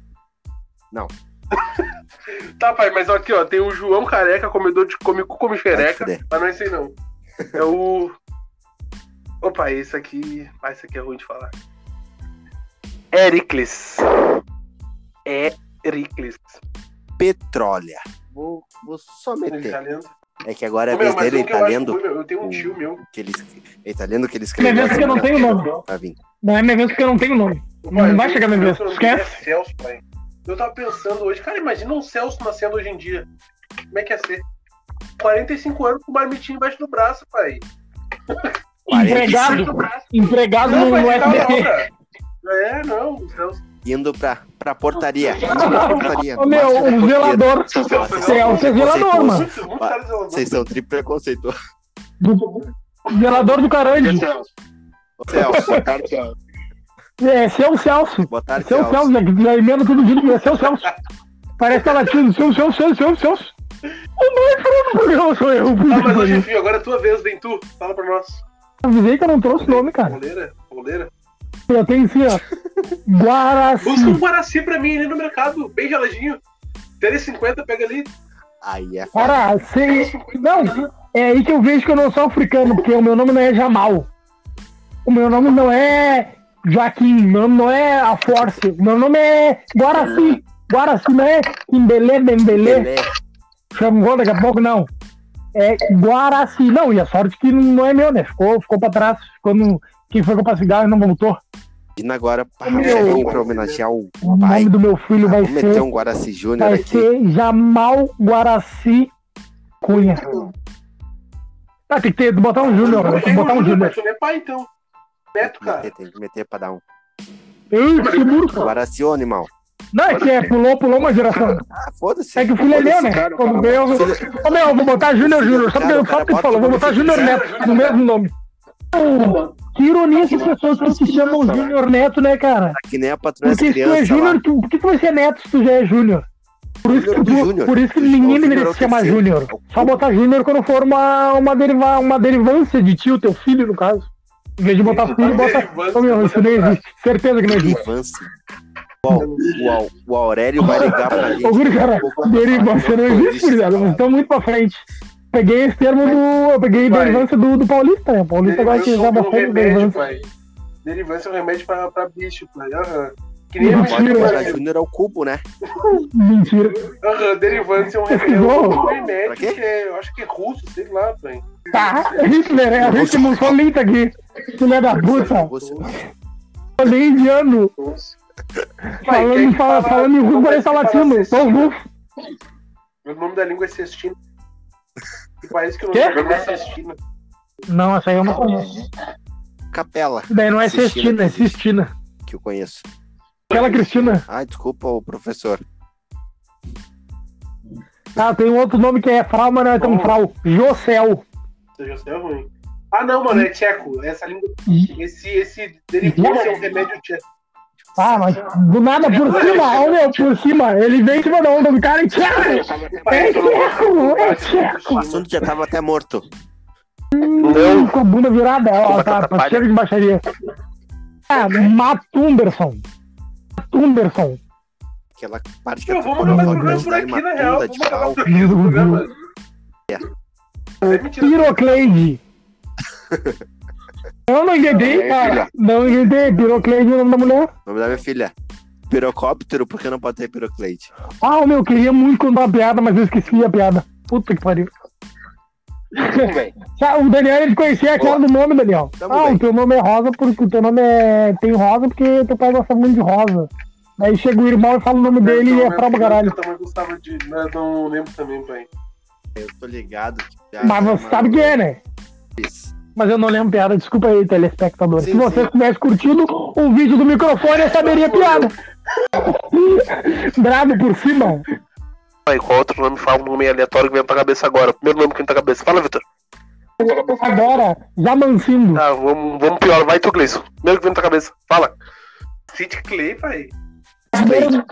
Tá, pai, mas aqui, ó, tem o João Careca, comedor de come cu, come xereca,
fuder.
mas não é esse aí, não. É o... Opa, esse aqui... Ah, esse aqui é ruim de falar. Ericles. Ericles.
Petrólia. Vou, vou só
Ele
meter.
tá lendo.
É que agora é
Ô,
a
meu,
vez
mas
dele,
um
ele
que
tá
eu acho
lendo.
ruim, meu, eu tenho um
o-
tio meu.
Que ele, ele tá lendo o que ele
Minha
escreveu.
vez porque eu não tenho nome.
Vai vir.
Não é minha vez porque eu não tenho nome.
Pai,
Não
eu
vai
tenho
chegar
um
minha
tio
vez.
meu, seu nome
Esquece.
é Celso, pai. Eu tava pensando hoje, cara, imagina um Celso nascendo hoje em dia. Como é que ia ser? quarenta e cinco anos com marmitinha embaixo do braço, pai.
Empregado. Empregado
Não,
no,
vai
no
ficar
S B T.
obra. É, não, o Celso.
Indo pra, pra portaria. Indo pra portaria.
Ô, meu,
Máximo
o
porteiro.
zelador. Celso é zelador, mano.
Muito, muito cara zelador.
Vocês são tri preconceituosos.
Do- Zelador do Carange.
Ô, Celso, boa tarde, Celso.
É, seu Celso.
Boa tarde,
Seu
Celso.
Celso, já, já emenda tudo junto. É seu Celso. Parece que tá latindo. Seu, seu, seu, seu, Celso. Eu não é falando no programa, sou eu.
Ah, mas hoje, filho, agora é tua vez, vem tu. Fala pra nós.
Avisei que eu não trouxe nome, cara.
Boleira? Boleira?
Eu tenho assim, ó. Guaraci.
Busca um Guaraci pra mim ali no mercado, bem geladinho. três e cinquenta, pega ali.
Aí é foda.
Cara, sei. Não, é aí que eu vejo que eu não sou africano, porque o meu nome não é Jamal. O meu nome não é Joaquim, meu nome não é A Force. Meu nome é Guaraci. Guaraci não é Imbelê, Bembelê.
Pelé.
Chamou daqui a pouco, não. É Guaraci. Não, e a sorte que não é meu, né? Ficou, ficou pra trás. Quando quem foi comprar cigarro não voltou.
Indo agora pra,
Meu.
pra homenagear o
O
pai.
nome do meu filho vai
Vamos meter
ser.
um Guaraci Júnior
Vai
aqui.
ser Jamal Guaraci Cunha. Ah, tem que ter, botar um Júnior,
Eu
tem que
tenho
botar um
Júnior,
Júnior.
mas tu não é pai, então. Neto,
Tem que
cara.
meter, tem que meter pra dar um.
Ei, que burro.
Guaraci, ô animal.
Não, é que é, pulou, pulou uma geração.
Ah, foda-se.
É que o filho é meu,
Foda-se,
né?
cara.
Quando veio, eu vou... Ô, meu, eu vou botar Júnior Júnior. Só porque
Cara,
eu
o cara
só que
bota
falou,
o
vou
nome
botar
que
Júnior
quiser.
Neto, no mesmo nome. Que ironia essas pessoas que se chamam Júnior Neto, né, cara?
Que nem a patroa
Porque se tu é
criança lá.
Júnior, tu- por que tu vai ser Neto se tu já é Júnior? Por isso que,
Júnior do
tu-
Júnior.
por isso que
O
ninguém
Júnior
deveria
é o
se chamar
terceiro.
Júnior.
É o
Só botar Júnior quando for uma, uma, deriva, uma derivância de tio, teu filho, no caso. Em vez de botar filho, bota. Ô, meu, isso nem existe. Certeza que não existe.
Derivância. O, o, o Aurélio vai ligar pra gente.
Ô, guri, cara, derivância não existe, gurizada. Vocês estão muito pra frente. Peguei esse termo do. Eu peguei
Vai.
derivância do, do Paulista, né? O Paulista gosta de
Derivância
usar
é um
bastante
remédio,
derivância.
pai. Derivância é um remédio pra, pra bicho, pai. Aham. Que nem
Não
a
pode
Pode
Mentira.
botar Júnior ao cubo, né?
Mentira.
Aham, derivância é um remédio, é um remédio
Pra quê?
que é, eu acho que é russo, sei lá, pai.
Tá, Hitler, é a gente não sou linda aqui. Filha da puta.
Você-
Sou nem indiano.
Pai,
Falando,
quem
fala,
fala-
falando em russo, parece tá
fala
latino.
cestino?
Tô rufo.
O nome da língua é cestina. Que país que o
Quê?
nome da língua é cestina.
Não, essa aí eu não conheço.
Capela,
Daí não é
Cestina,
Cestina, é
que existe.
Cistina.
que eu conheço.
Aquela Cristina.
Ah, desculpa, o professor.
Ah, tem um outro nome que é Frau, mas não é tão Frau. Jocel.
Seja é ruim. Ah, não, mano, é tcheco. Essa língua. Esse, esse derivância é um remédio tcheco.
Ah, mas do nada por cima, ó meu, por cima. Ele vem em cima da onda do cara e tcheco! É tcheco! É tcheco!
O assunto já tava até morto.
Não.
Com a bunda virada, ó,
batata
tá,
palha.
chega de baixaria. Ah, Matumberson. Matumberson.
Aquela parte que
Eu
a
vou
tua
mandar
Meu
o programa
Deus,
por
dá-lhe
aqui,
uma
na real.
tunda
Vou
de
mandar
pau.
por aqui no programa. É mentira.
Pirocleide. Eu não entendi, cara. Não entendi. Pirocleide é o nome da mulher.
O nome da minha filha. Pirocóptero, por que não pode ter pirocleide?
Ah, meu, eu queria muito contar uma piada, mas eu esqueci a piada. Puta que pariu.
Tudo bem.
Ah, o Daniel, ele conhecia aquela
Boa.
do nome, Daniel.
Tamo
ah,
bem.
o teu nome é Rosa porque o teu nome é... tem rosa porque teu pai gosta muito de rosa. Aí chega o irmão e fala o nome dele e é frau pra caralho.
Eu também gostava de. Não, não lembro também, pai.
Eu tô ligado. Que piada
Mas você sabe quem é, né?
Isso.
Mas eu não lembro piada, desculpa aí, telespectador.
Sim,
Se vocês
sim.
tivessem curtido o vídeo do microfone, eu saberia a piada. Brabo por cima.
Pai, qual outro nome? Fala um nome aleatório que vem na tua cabeça agora. Primeiro nome que vem na tua cabeça. Fala, Vitor.
Agora, já mancindo.
Tá, vamos, vamos pior. Vai tu, Gleison. Primeiro que vem na tua cabeça. Fala. Sid Clay, pai.
Slade.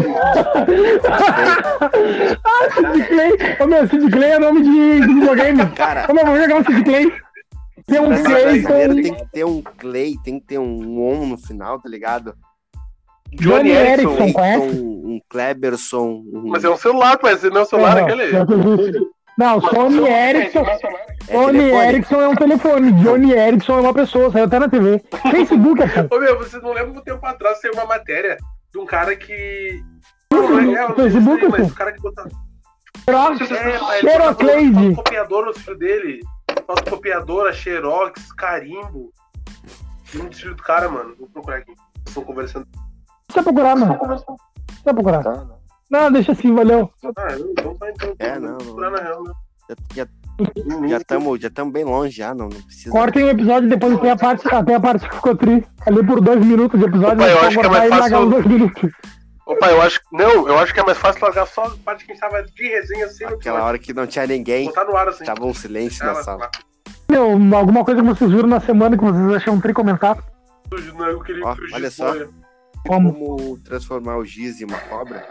Ah, Sid Clay. Ô meu, Sid Clay é nome de, de videogame.
Cara,
Como eu vou jogar um Sid Clay? Tem um
pra ser
Clay
brasileiro
com
tem que ter um Clay, tem que ter um on no final, tá ligado?
Johnny Erickson,
Clayton,
conhece?
um Kleberson, um...
Mas é um celular, pai. Se não é um celular,
Não,
aquele.
pior que existe. Não, Sony Ericsson.
É
Sony
telefone.
Ericsson é um telefone. Johnny Erickson é uma pessoa, saiu até na T V. Facebook, assim.
Ô, meu, vocês não lembram um tempo atrás saiu uma matéria de um cara que. Não, não é, é, eu não
Facebook,
sei, mas
assim.
o cara que botava.
Xerox,
É, pai, ele botava
Xerocleide.
copiador no filho dele. Fotocopiadora, Xerox, carimbo. Não filho do cara, mano. Vou procurar aqui. Estão conversando.
Deixa eu procurar, mano. Deixa eu procurar. Não, deixa assim, valeu.
Ah, não, então tá então.
É, não, não.
Procurar na real, né?
Já estamos já tamo bem longe já, não, não precisa.
Cortem o episódio depois até a parte, até a parte que ficou tri. Ali por dois minutos de episódio,
Opa, eu
só
acho que é
cortar
mais
e largar
fácil-
os dois minutos.
Opa, eu acho. Não, eu acho que é mais fácil largar só a parte que a gente tava de resenha assim. no
Aquela
episódio.
hora que não tinha ninguém,
Botar no ar assim.
tava um silêncio na
Ela,
sala.
Meu, alguma coisa que vocês viram na semana que vocês acham tri comentar?
Não é o que ele
Ó,
que o
olha
Giz
só.
foi.
Como?
Como transformar o giz em uma cobra?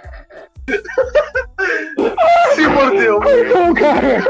Se mordeu.
Não, cara.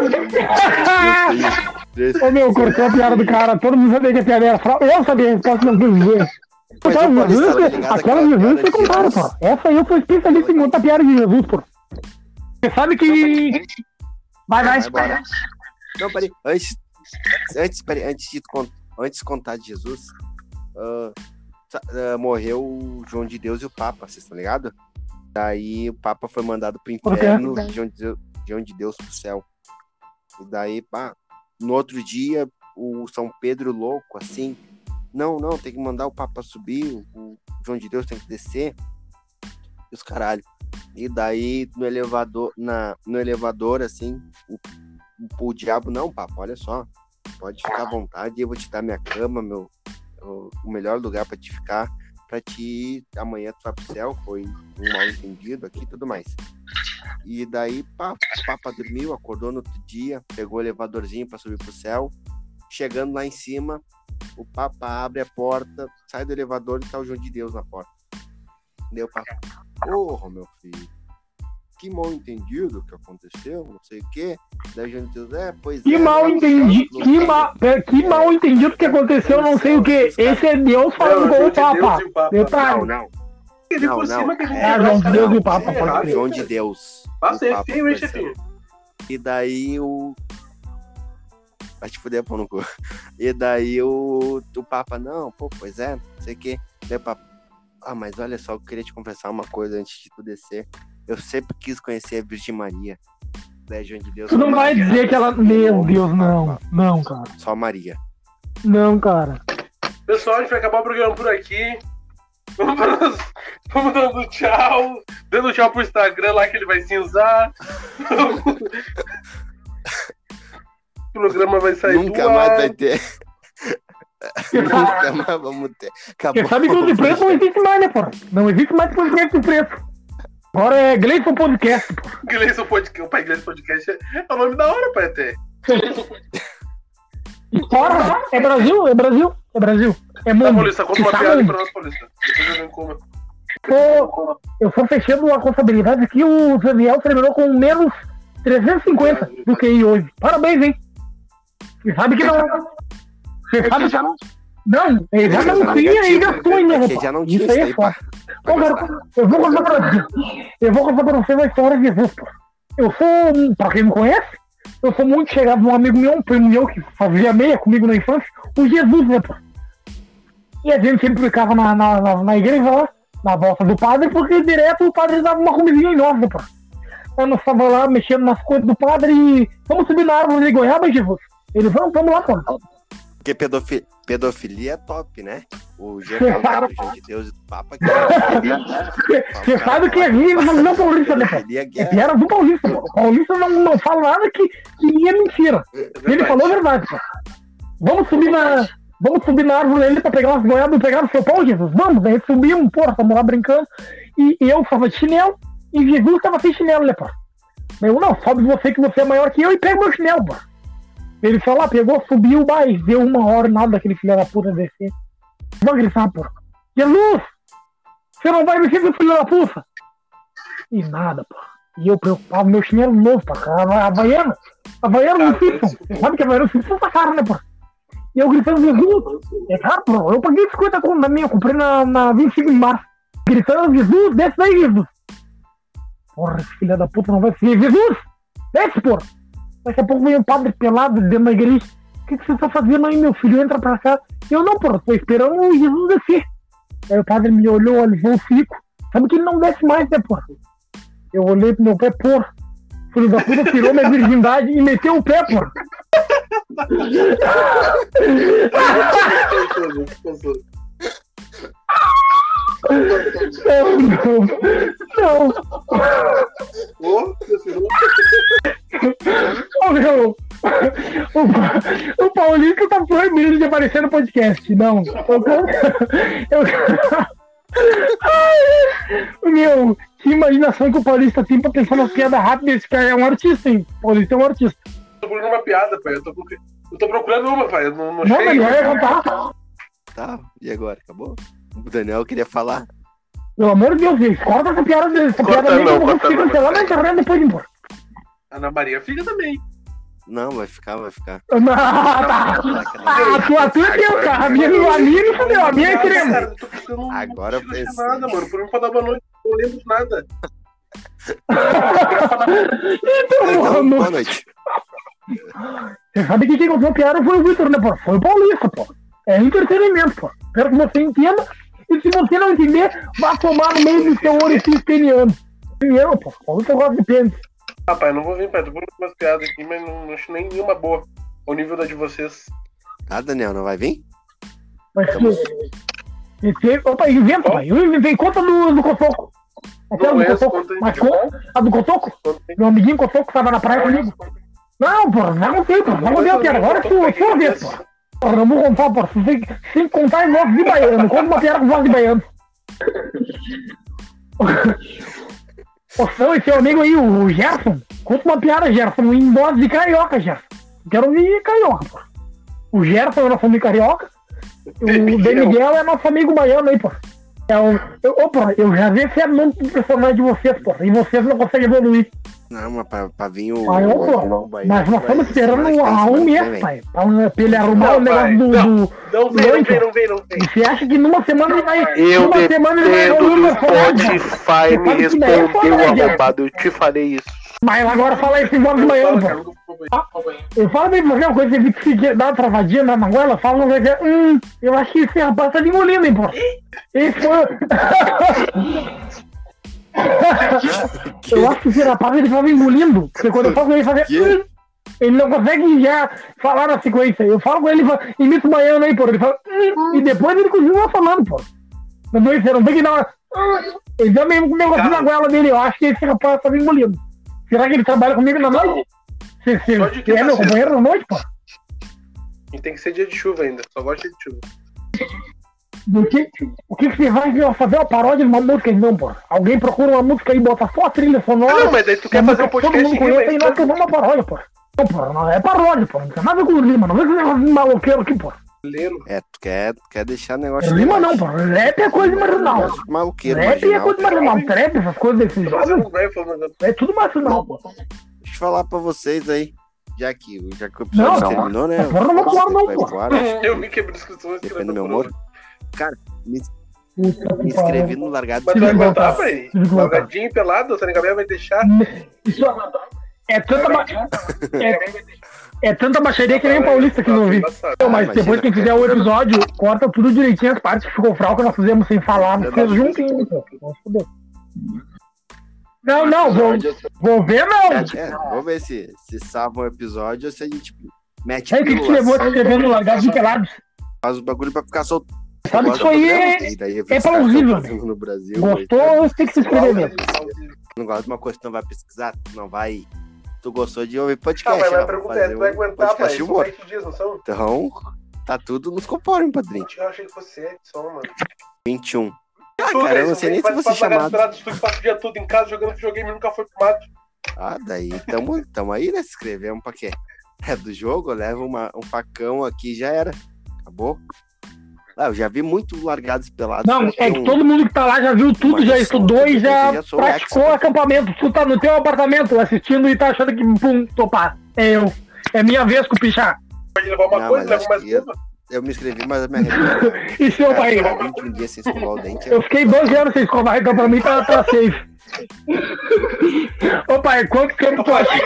Ô meu, cortou a piada do cara, todo mundo sabia que a piada era fraude. Eu sabia a resposta, não quis dizer.
Mas
Aquela
o Paulista
Jesus,
tá ligado
aquela
àquela
Jesus
piada
foi
de
contada,
Jesus?
pô. Essa aí eu sou especialista em contar piada de Jesus, pô. Você sabe que. Vai, vai,
Vai embora. Não, peraí. Antes, antes, peraí, antes, de, con- antes de contar de Jesus, ah, sa- ah, morreu o João de Deus e o Papa, vocês estão ligados? Daí o Papa foi mandado pro
Por quê?
inferno, João de Deus, João de Deus pro céu. E daí, pá, no outro dia, o São Pedro louco, assim, não, não, tem que mandar o Papa subir, o João de Deus tem que descer, e os caralho. E daí, no elevador, na, no elevador, assim, o, o, o diabo, não, Papa, olha só, pode ficar à vontade, eu vou te dar minha cama, meu, o, o melhor lugar pra te ficar, pra te, amanhã tu vai pro céu, foi um mal entendido aqui e tudo mais. E daí, pá, o Papa dormiu, acordou no outro dia, pegou o elevadorzinho pra subir pro céu, chegando lá em cima, o Papa abre a porta, sai do elevador e tá o João de Deus na porta. Daí o Papa, porra, meu filho, que mal entendido que aconteceu, não sei o quê. Daí o João de Deus, é, pois
Que
é.
mal
não,
entendi,
não-
que, ma, pera, que mal entendido que aconteceu, não sei o que. Esse é Deus falando
Não,
com o
João de Deus
Papa.
e o Papa.
Detalhe.
Não, não,
Ele
Não,
por
não.
cima que a gente
É, João de Deus e o Papa,
Sim,
pode
errado.
crer.
João de Deus.
Passa
O
aí,
Papa
filho, hein,
foi
chefinho.
E daí o. Vai te fuder, pão no cu. E daí o, o Papa, não, pô, pois é, não sei o quê. Daí o Papa, ah, mas olha só, eu queria te confessar uma coisa antes de tu descer. Eu sempre quis conhecer a Virgem Maria. Daí João de Deus.
Tu não vai dizer que ela. Meu Deus, não. Não, cara.
Só Maria.
Não, cara.
Pessoal, a gente vai acabar o programa por aqui. Vamos, vamos dando tchau. Dando tchau pro Instagram lá que ele vai cinzar. O programa vai sair
Nunca
do
mais
ar.
vai ter. Nunca mais vamos ter. Acabou.
Você sabe que o de preço não existe mais, né, porra? Não existe mais podcast de preço. Agora é Gleison Podcast.
Gleison Podcast. O pai Gleison Podcast é é o nome da hora, pai, até.
Porra, é Brasil, é Brasil, é Brasil. É
Tá,
mundo.
Paulista, conta uma
Tá
piada aí
mundo.
pra nós, Paulista. Depois eu venho com uma.
Tô- eu tô fechando a contabilidade aqui, o Daniel terminou com menos trezentos e cinquenta do que I hoje. Parabéns, hein? Você sabe que não. Você sabe que já não. Não, ele já não tinha e gastou ainda,
Porque já não tinha
isso aí é
isso aí,
foda. Ô, cara, eu vou contar pra você. Eu vou contar pra você uma história de Jesus, pô. Eu sou, pra quem não conhece, eu sou muito chegado num amigo meu, um primo meu que fazia meia comigo na infância, o Jesus, né, pô? E a gente sempre ficava na, na, na, na igreja lá, na volta do padre, porque direto o padre dava uma comidinha em nós, né, pô? Aí nós estávamos lá mexendo nas coisas do padre e vamos subir na árvore de goiaba, Jesus. Ele, vamos, vamos lá, pô.
Porque pedofi... pedofilia é top, né? O Geraldo de Deus e do Papa. Que...
Você sabe que é vivo, mas não paulista, né, pô? É piada do paulista, pô. O paulista não, não fala nada que, que é mentira. É ele falou a verdade, pô. Vamos subir na... Vamos subir na árvore ali pra pegar umas goiabas e pegar no seu pau, Jesus. Vamos, daí subimos, porra, estamos lá brincando. E, e eu tava de chinelo e Jesus tava sem chinelo, né, pô? Eu, não, sobe você que você é maior que eu e pega meu chinelo, pô. Ele foi lá, pegou, subiu, mas deu uma hora nada daquele filho da puta descer. Vou gritar, pô. Jesus! Você não vai descer, meu filho da puta? E nada, pô. E eu preocupado, meu chinelo novo, pô. A Havaiana. A Havaiana no Simpson. Você sabe que a Havaiana no Simpson tá cara, né, pô? E eu gritando, Jesus! É caro, pô. Eu paguei cinquenta conto na minha, eu comprei na, na vinte e cinco de março. Gritando, Jesus, desce daí, Jesus! Porra, esse filho da puta não vai ser. Jesus! Desce, porra! Daqui a pouco vem um padre pelado dentro da igreja. O que, que você tá fazendo aí, meu filho? Entra pra cá. Eu não, porra, tô esperando o Jesus descer. Aí o padre me olhou, alisou o fico. Sabe que ele não desce mais, né, porra? Eu olhei pro meu pé, porra. O filho da puta tirou minha virgindade e meteu o pé, porra. Não, não, não. Oh, meu. O, o Paulista tá proibido de aparecer no podcast. Não. Eu, eu, meu, que imaginação que o Paulista tem pra pensar nas piadas rápidas. Esse cara é um artista, hein? O Paulista é um artista.
Eu tô procurando uma piada, pai. Eu tô, eu tô procurando uma, pai. Eu não, não,
não
achei.
Mas não ia contar.
Tá, e agora? Acabou? O Daniel queria falar.
Pelo amor de Deus, gente, corta essa piada dele. Essa
Corta
piada dele
não,
eu vou
corta
conseguir
não.
cancelar na internet depois de embora.
Ana Maria fica também.
Não, vai ficar, vai ficar.
Não, tá. Ah, a tua tua é teu, cara. A minha, a minha não fudeu, a minha é creme.
Cara, eu tô ficando,
Agora eu
não consigo
pensei.
nada, mano. Por mim, pra dar boa noite, eu não lembro de nada.
Então,
Então,
mano.
boa noite.
Você sabe que quem contou a piada foi o Vitor, né, pô? Foi o Paulista, pô. É entretenimento, pô. Espero que você entenda. E se você não entender, vá tomar no meio do seu orifício peniano. Peniano, pô. Paulista gosta de pênis.
Rapaz, não vou vir, pai. Tô procurando umas piadas aqui, mas não, não acho nenhuma boa. Ao nível da de vocês.
Ah, Daniel, não vai vir?
Mas que... Esse... Opa, inventa, pai. Eu inventei conta do, do Cotoco. Aquela
Não
do
é essa
Cotoco.
conta aí.
Mas conta? A do Cotoco? Meu amiguinho Cotoco tava na praia comigo. Não, pô, não contei, pô. Não contei a piada. Agora é sua, sua vez, pô. Pô, não vou contar, pô. Você tem, tem que contar em voz de baiano. Conta uma piada com voz de baiano. Ô, não, esse seu amigo aí, o Gerson. Conta uma piada, Gerson, em voz de carioca, Gerson. Quero ouvir carioca, pô. O Gerson é nosso amigo carioca. O De Miguel é nosso amigo baiano aí, pô. É o, eu, opa, eu já vi esse nome do personagem de vocês, pô. E vocês não conseguem evoluir.
Não, mas pra, pra vir o.
Ah, eu, pô.
o- o Bahia,
Mas nós
vai-
estamos esperando
semana que vem,
há um
semana que
mês,
vem.
pai. Pra, um- pra ele arrumar o
Não, pai,
negócio do.
não.
do
Não
do
vem, não
lanche.
vem, não vem, não vem.
Você acha que numa semana ele vai.
Eu
numa semana ele vai
dependo
evoluir o
do
personagem?
Spotify me
Você sabe que daí é foda,
respondeu,
né, Gerson?
arrombado. Eu te falei isso.
Mas agora fala esse voz de baiano, pô. Eu falo bem pra você uma coisa, você viu que se dá uma travadinha na magoela, fala uma coisa, hum, eu acho que esse rapaz tá de engolindo, hein, pô. Esse foi. Eu acho que esse rapaz ele tava engolindo, porque quando eu falo com ele, ele faz
Que?
hum, ele não consegue já falar na sequência. Eu falo com ele, ele fala, imita o baiano aí, pô. Ele fala, hum, e depois ele continua falando, pô. Não, você não tem que dar uma. hum. Ele dá mesmo com o negócio na goela dele, eu acho que esse rapaz tava engolindo. Será que ele trabalha comigo na noite? Você, você,
Só de
você é meu
quinta-feira.
companheiro na noite, pô?
E tem que ser dia de chuva ainda. Só gosto de chuva.
Do que, o que, que você vai fazer uma paródia de uma música? Não, pô. Alguém procura uma música e bota só a trilha sonora.
Ah, não, mas daí tu quer
uma
fazer um
música que todo
podcast
mundo
em
conhece
rima,
e nós fazemos uma paródia, pô. Não, pô, não é paródia, pô. Não tem nada a ver com rima. Não vem com esse negócio de maloqueiro aqui, pô.
Lelo.
É, tu quer, tu quer deixar o negócio.
Rima não, pô. Rap é coisa marginal.
Negócio de maluqueiro,
Rap é
marginal.
coisa marginal. Trap, essas coisas desses
Tô fazendo
jogos,
um velho falando.
é tudo marginal, pô.
Deixa eu falar pra vocês aí. Já que, já que o episódio
Não, não.
terminou, né?
Agora não vai pro ar, não,
vai
pô.
pro ar, acho que
Eu vi que a descrição é
depende do meu humor. Cara, me,
Puta
me
que pariu.
inscrevi no Largado
Mas
de
tu vai
Tive que
aguentar,
voltar.
pai?
Tive que voltar.
Largadinho e pelado, o Sônia Gabriel vai deixar.
Isso é tanta, ba... é, é tanta baixaria que nem o Paulista que não ouvi. Não, mas
imagina,
depois que fizer o episódio, corta tudo direitinho as partes que ficou fraco que nós fizemos sem falar, nós fizemos juntinho, pô. Vamos foder. Não, não, vou, vou ver não.
É, vamos ver se, se salva um episódio ou se a gente mete
Aí o que, que te
pílulas,
levou a se inscrever no Largados de Pelados?
faz o bagulho pra ficar solto.
Sabe que isso aí é,
E daí,
é plausível.
no Brasil.
Gostou, você tem que se inscrever mesmo.
Não gosta de uma coisa que tu não vai pesquisar, tu não vai. Tu gostou de ouvir
Tá,
podcast,
mas
ó,
a pergunta é,
fazer
tu vai
um
aguentar, pai?
podcast de
São
humor.
sete dias, não são?
Então, tá tudo nos conforme, padrinho.
Eu achei que fosse sete só, mano.
vinte e um. Ah,
Tu,
cara, eu não
Gleison,
sei nem se
faz
vou ser
parte da
chamado.
Largados, tu que passa o dia todo em casa jogando videogame e nunca foi pro mato.
Ah, daí tamo, tamo aí, né? Se inscrevemos pra quê? É do jogo, leva uma, um facão aqui já era. Acabou. Ah, eu já vi muito Largados e Pelados.
Não,
porque
é que
um-
todo mundo que tá lá já viu tudo,
Mas
já
eu
estudou
sou-
e já
eu já sou
praticou
expert.
acampamento. Tu tá no teu apartamento assistindo e tá achando que, pum, topar. É eu. É minha vez com o pichar.
Pode levar uma
Não,
coisa,
mas
leva
acho
mais
que eu-
uma.
Eu me inscrevi, mas eu me arrependi.
E seu
Cara,
pai?
ficar vinte e um dias sem escovar o dente.
Eu fiquei doze anos sem escovar, então pra mim tá, tá safe. Ô pai, quanto tempo tu acha?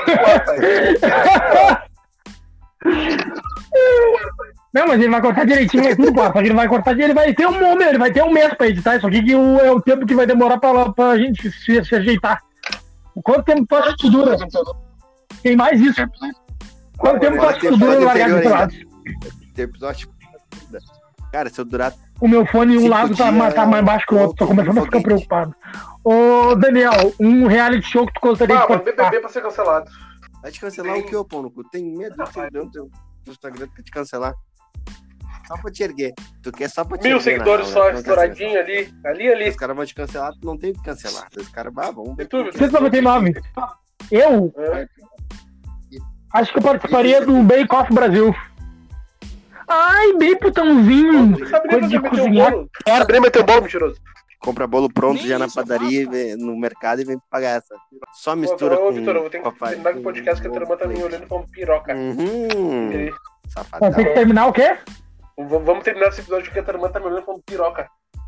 Não, mas ele vai cortar direitinho, é tudo, pô. Só que ele vai cortar, ele vai ter um momento, ele vai ter um mês pra editar. Isso aqui que o- é o tempo que vai demorar pra, pra gente se, se ajeitar. Quanto tempo tu acha que dura? Tem mais isso. Quanto tempo tu acha que dura no Largados de Pelados?
Tem episódio. Cara, se eu durar.
O meu fone, um
Cinco
lado tá,
dias,
mais- tá mais baixo que o outro, tô começando a ficar
foguete.
preocupado. Ô, Daniel, um reality show que tu gostaria
Ah,
de
mano,
participar?
B B B pra ser cancelado.
Vai te cancelar o que, ô pão no cu? Tem medo de seguidor no teu no Instagram pra te cancelar. Só pra te erguer. Tu quer só pra te
Mil
erguer,
seguidores
na
só,
real, né? Tu não quer
estouradinho ali. Ali, ali.
Os caras vão te cancelar, tu não tem o que cancelar. Os caras, ah, vamos ver.
YouTube,
cento e noventa e nove. Eu
É.
acho que eu participaria do Bake Off Brasil. Ai, bem putãozinho.
Tu sabe nem
Coisa de
fazer meter um
cozinhar.
bolo. Tu sabe nem meter um bolo, mentiroso.
Compra bolo pronto
Nem
já na
isso eu
padaria,
faço,
e vem no mercado e vem pagar essa. Só mistura
Ô,
com...
ô, Vitor, eu vou ter
com a
que
fa-
terminar com o podcast que a tua irmã tá me
com-
olhando falando piroca.
Uhum.
E aí,
Vai
Safadão.
ter que terminar o quê?
v- Vamos terminar esse episódio que a tua irmã tá me olhando falando piroca.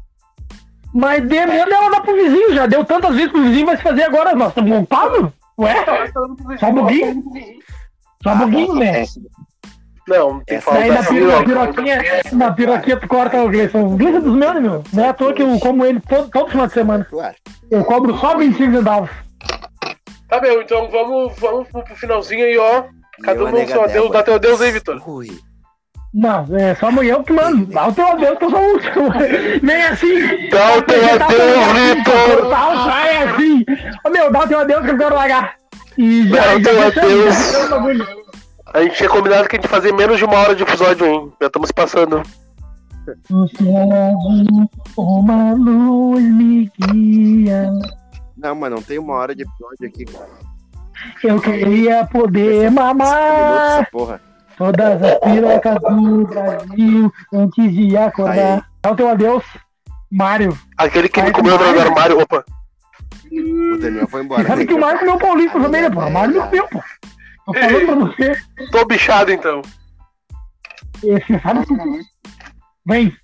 Mas dê medo ela dar pro vizinho. Já deu tantas vezes pro vizinho, vai se fazer agora. Nós estamos ocupados? Ué? Só um pouquinho? Só um pouquinho, né?
Não, tem que
Essa
falar
Daí
da
na, piro, na
piroca.
piroquinha, na piroquinha tu corta o Gleison. O Gleison é dos meus, né, meu? Não é à toa que eu como ele todo, todo final de semana.
Claro.
Eu cobro só vinte e cinco centavos.
Tá, meu, então vamos, vamos pro pro finalzinho aí, ó. Cada
E
um
uma
dá o seu
negadela.
adeus, dá teu adeus aí, Vitor.
Ui.
Não, é só amanhã eu que mando. Dá o teu adeus que eu sou o último. Nem assim.
Dá o teu
Apresentar
adeus,
pra mim,
Vitor.
cortar o sai assim. Ô meu, dá o teu adeus que eu quero largar. E já,
Dá o
já
teu
fechamos,
adeus.
já fechamos o bagulho.
A gente tinha combinado que a gente fazia menos de uma hora de episódio, hein? Já estamos passando.
O céu azul, uma luz me guia.
Não, mas não tem uma hora de episódio aqui, cara.
Eu queria poder
Cinco minutos
mamar
essa porra.
todas as pirocas do Brasil antes de acordar.
Aí.
Dá o teu adeus, Mário.
Aquele que me
Ai,
comeu
Mário.
no armário. Opa.
O Daniel foi embora.
Você sabe que o Mário comeu o Paulista também, né, pô? O Mário não comeu, pô. Tô falando pra você.
Tô bichado, então.
Você sabe que... Vem.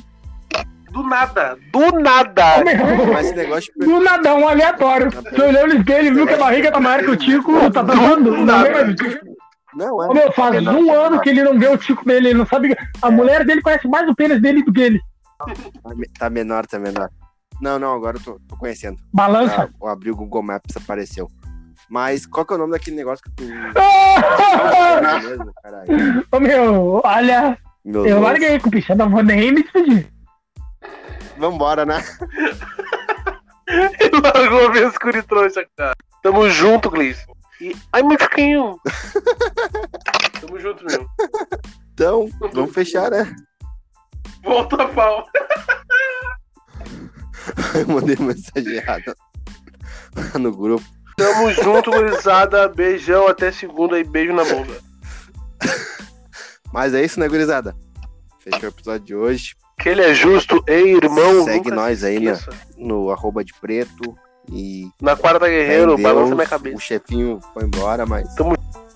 Do nada. Do nada.
Mas esse negócio de
Do nada, um aleatório. Você olhou no espelho e viu que a barriga tá maior que o Tico, tá tomando. Não vem mais o Tico.
Não,
Ô,
é.
meu, faz um ano que ele não vê o Tico dele, ele não sabe. A mulher dele conhece mais o pênis dele do que ele.
Tá me- Tá menor, tá menor. Não, não, agora eu tô, tô conhecendo.
Balança.
Tá, eu abri o Google Maps, apareceu. Mas qual que é o nome daquele negócio que tu.
Ah!
mesmo, caralho?
Ô, meu, olha,
Meu
eu
Deus.
larguei com o bicho, não vou nem me despedir.
Vambora, né?
Ele largou a minha escura trouxa, cara. Tamo junto, Gleison. E... Ai, meu chiquinho. Tamo junto, meu.
Então, vamos fechar, né?
Volta a pau.
Eu mandei mensagem errada no grupo.
Tamo junto, gurizada. Beijão, até segunda e beijo na bunda.
Mas é isso, né, gurizada? Fechou o episódio de hoje.
Que ele é justo, ei, irmão.
Segue
nunca
nós
se
aí, né?
esqueça.
No arroba de preto. E
Na quarta
fé em
guerreiro,
Deus,
balança minha cabeça.
o chefinho foi embora, mas
Tamo